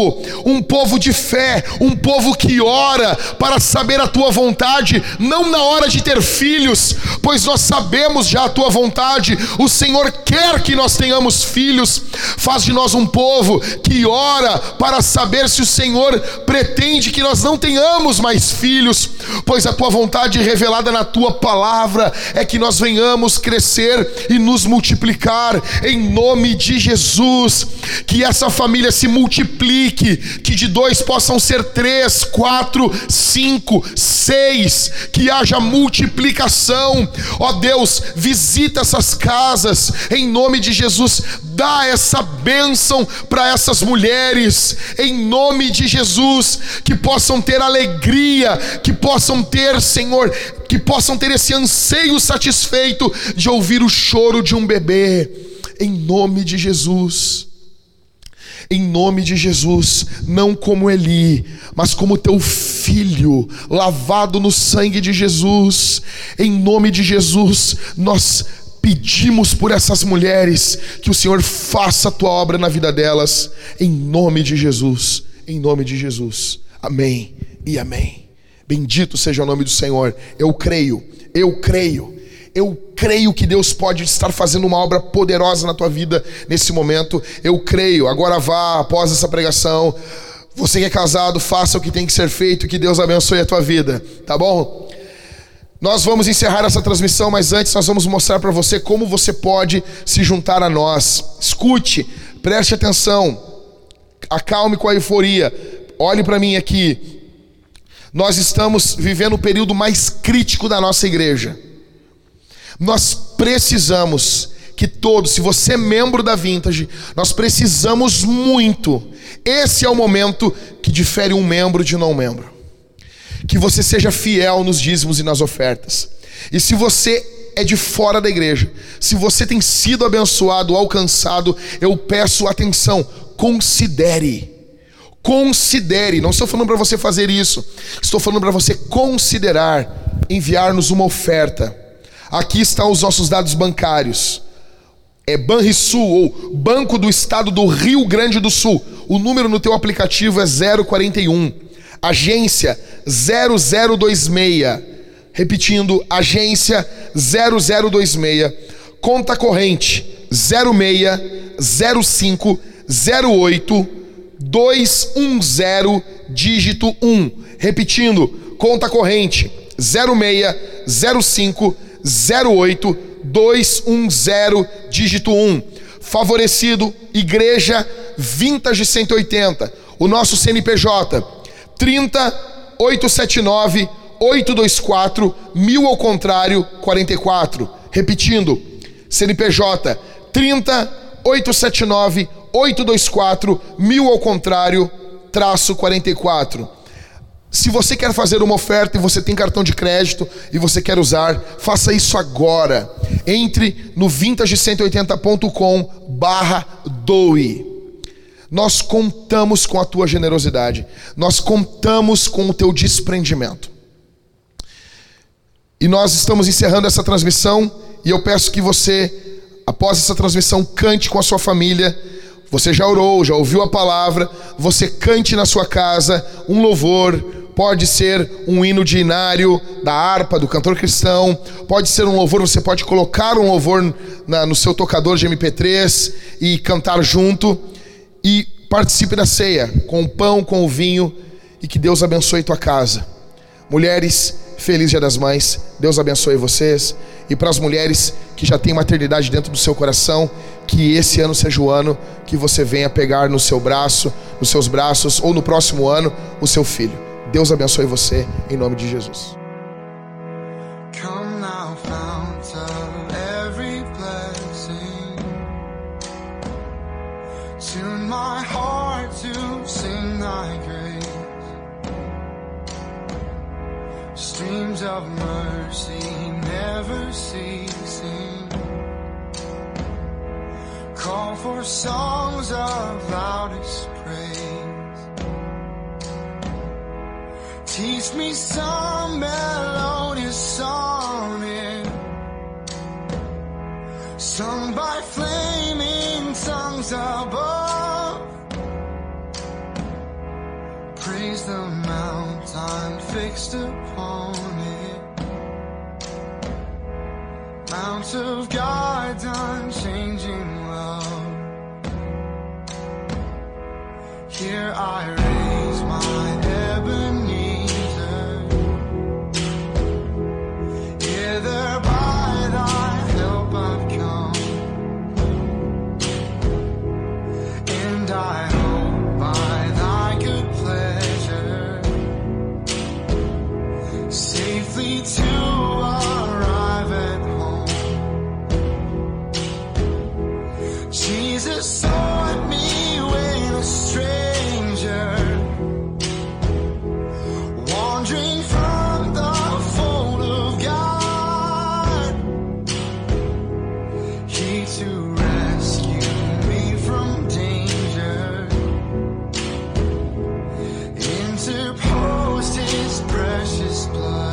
povo de fé, um povo que ora para saber a tua vontade, não na hora de ter filhos, pois nós sabemos já a tua vontade. O Senhor quer que nós tenhamos filhos. Faz de nós um povo que ora para saber se o Senhor pretende que nós não tenhamos mais filhos, pois a tua vontade revelada na tua palavra é que nós venhamos crescer e nos multiplicar em nome de Jesus. Que essa família se multiplique, que de 2 possam ser 3, 4, 5, 6, que haja multiplicação. Ó Deus, visita essas casas em nome de Jesus, dá essa bênção para essas mulheres em nome de Jesus, que possam ter alegria, que possam ter, Senhor, que possam ter esse anseio satisfeito de ouvir o choro de um bebê, em nome de Jesus. Em nome de Jesus, não como Eli, mas como teu filho, lavado no sangue de Jesus. Em nome de Jesus, nós pedimos por essas mulheres, que o Senhor faça a tua obra na vida delas, em nome de Jesus, em nome de Jesus. Amém e amém. Bendito seja o nome do Senhor. Eu creio que Deus pode estar fazendo uma obra poderosa na tua vida nesse momento. Eu creio. Agora vá, após essa pregação, você que é casado, faça o que tem que ser feito, que Deus abençoe a tua vida, tá bom? Nós vamos encerrar essa transmissão, mas antes nós vamos mostrar para você como você pode se juntar a nós. Escute, preste atenção, acalme com a euforia, olhe para mim aqui. Nós estamos vivendo o período mais crítico da nossa igreja. Nós precisamos que todos, se você é membro da Vintage, nós precisamos muito. Esse é o momento que difere um membro de não membro. Que você seja fiel nos dízimos e nas ofertas. E se você é de fora da igreja, se você tem sido abençoado, alcançado, eu peço atenção, considere, não estou falando para você fazer isso, estou falando para você considerar enviar-nos uma oferta. Aqui estão os nossos dados bancários. É Banrisul, ou Banco do Estado do Rio Grande do Sul. O número no teu aplicativo é 041. Agência 0026. Repetindo, agência 0026. Conta corrente 060508 dígito 1. Repetindo, conta corrente 060508 dígito 1. Favorecido, Igreja Vintage 180. O nosso CNPJ 30-879-824-1000 ao contrário 44. Repetindo, CNPJ 30-879-824-1000 ao contrário -44. Se você quer fazer uma oferta e você tem cartão de crédito e você quer usar, faça isso agora. Entre no vintage180.com/doe. Nós contamos com a tua generosidade. Nós contamos com o teu desprendimento. E nós estamos encerrando essa transmissão. E eu peço que você, após essa transmissão, cante com a sua família. Você já orou, já ouviu a palavra. Você cante na sua casa um louvor. Pode ser um hino de inário, da harpa, do cantor cristão. Pode ser um louvor, você pode colocar um louvor no seu tocador de MP3 e cantar junto. E participe da ceia, com o pão, com o vinho. E que Deus abençoe tua casa. Mulheres, feliz Dia das Mães. Deus abençoe vocês. E para as mulheres que já têm maternidade dentro do seu coração, que esse ano seja o ano que você venha pegar no seu braço, nos seus braços, ou no próximo ano, o seu filho. Deus abençoe você, em nome de Jesus. Come now, fount of every blessing. Tune my heart to sing thy grace. Streams of mercy never ceasing. Call for songs of loudest praise. Teach me some melodious sonnet, sung by flaming tongues above. Praise the mount I'm fixed upon it, Mount of God's unchanging love. Here I raise my Ebenezer. Hither by thy help I've come, and I hope by thy good pleasure safely to arrive at home. Jesus sought me when a stranger, wandering from the fold of God, He to rescue me from danger interposed His precious blood.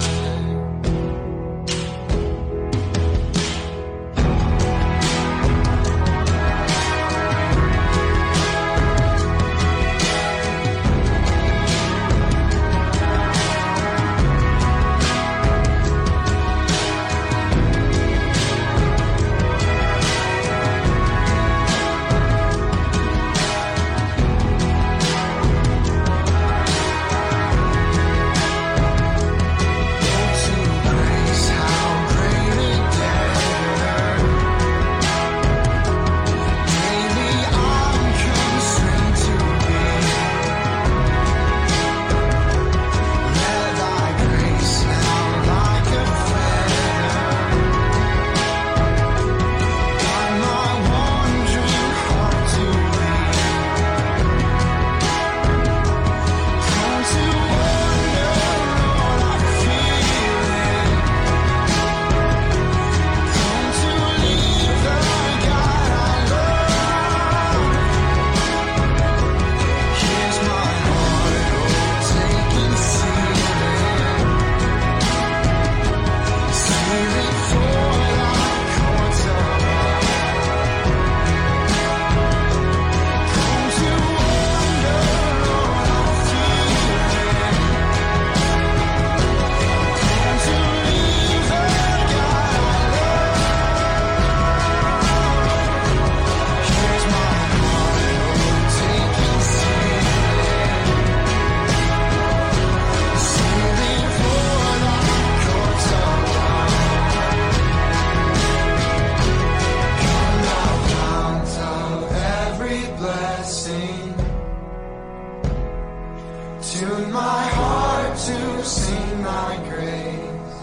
Tune my heart to sing thy grace.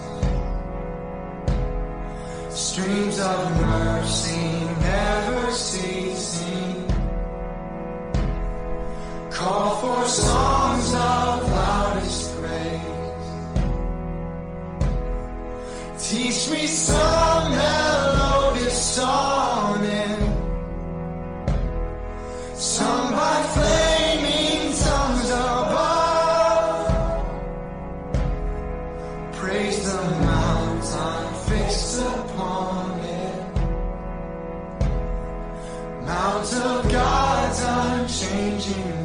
Streams of mercy never ceasing. Call for songs of loudest praise. Teach me some melodious sonnet, sung by changing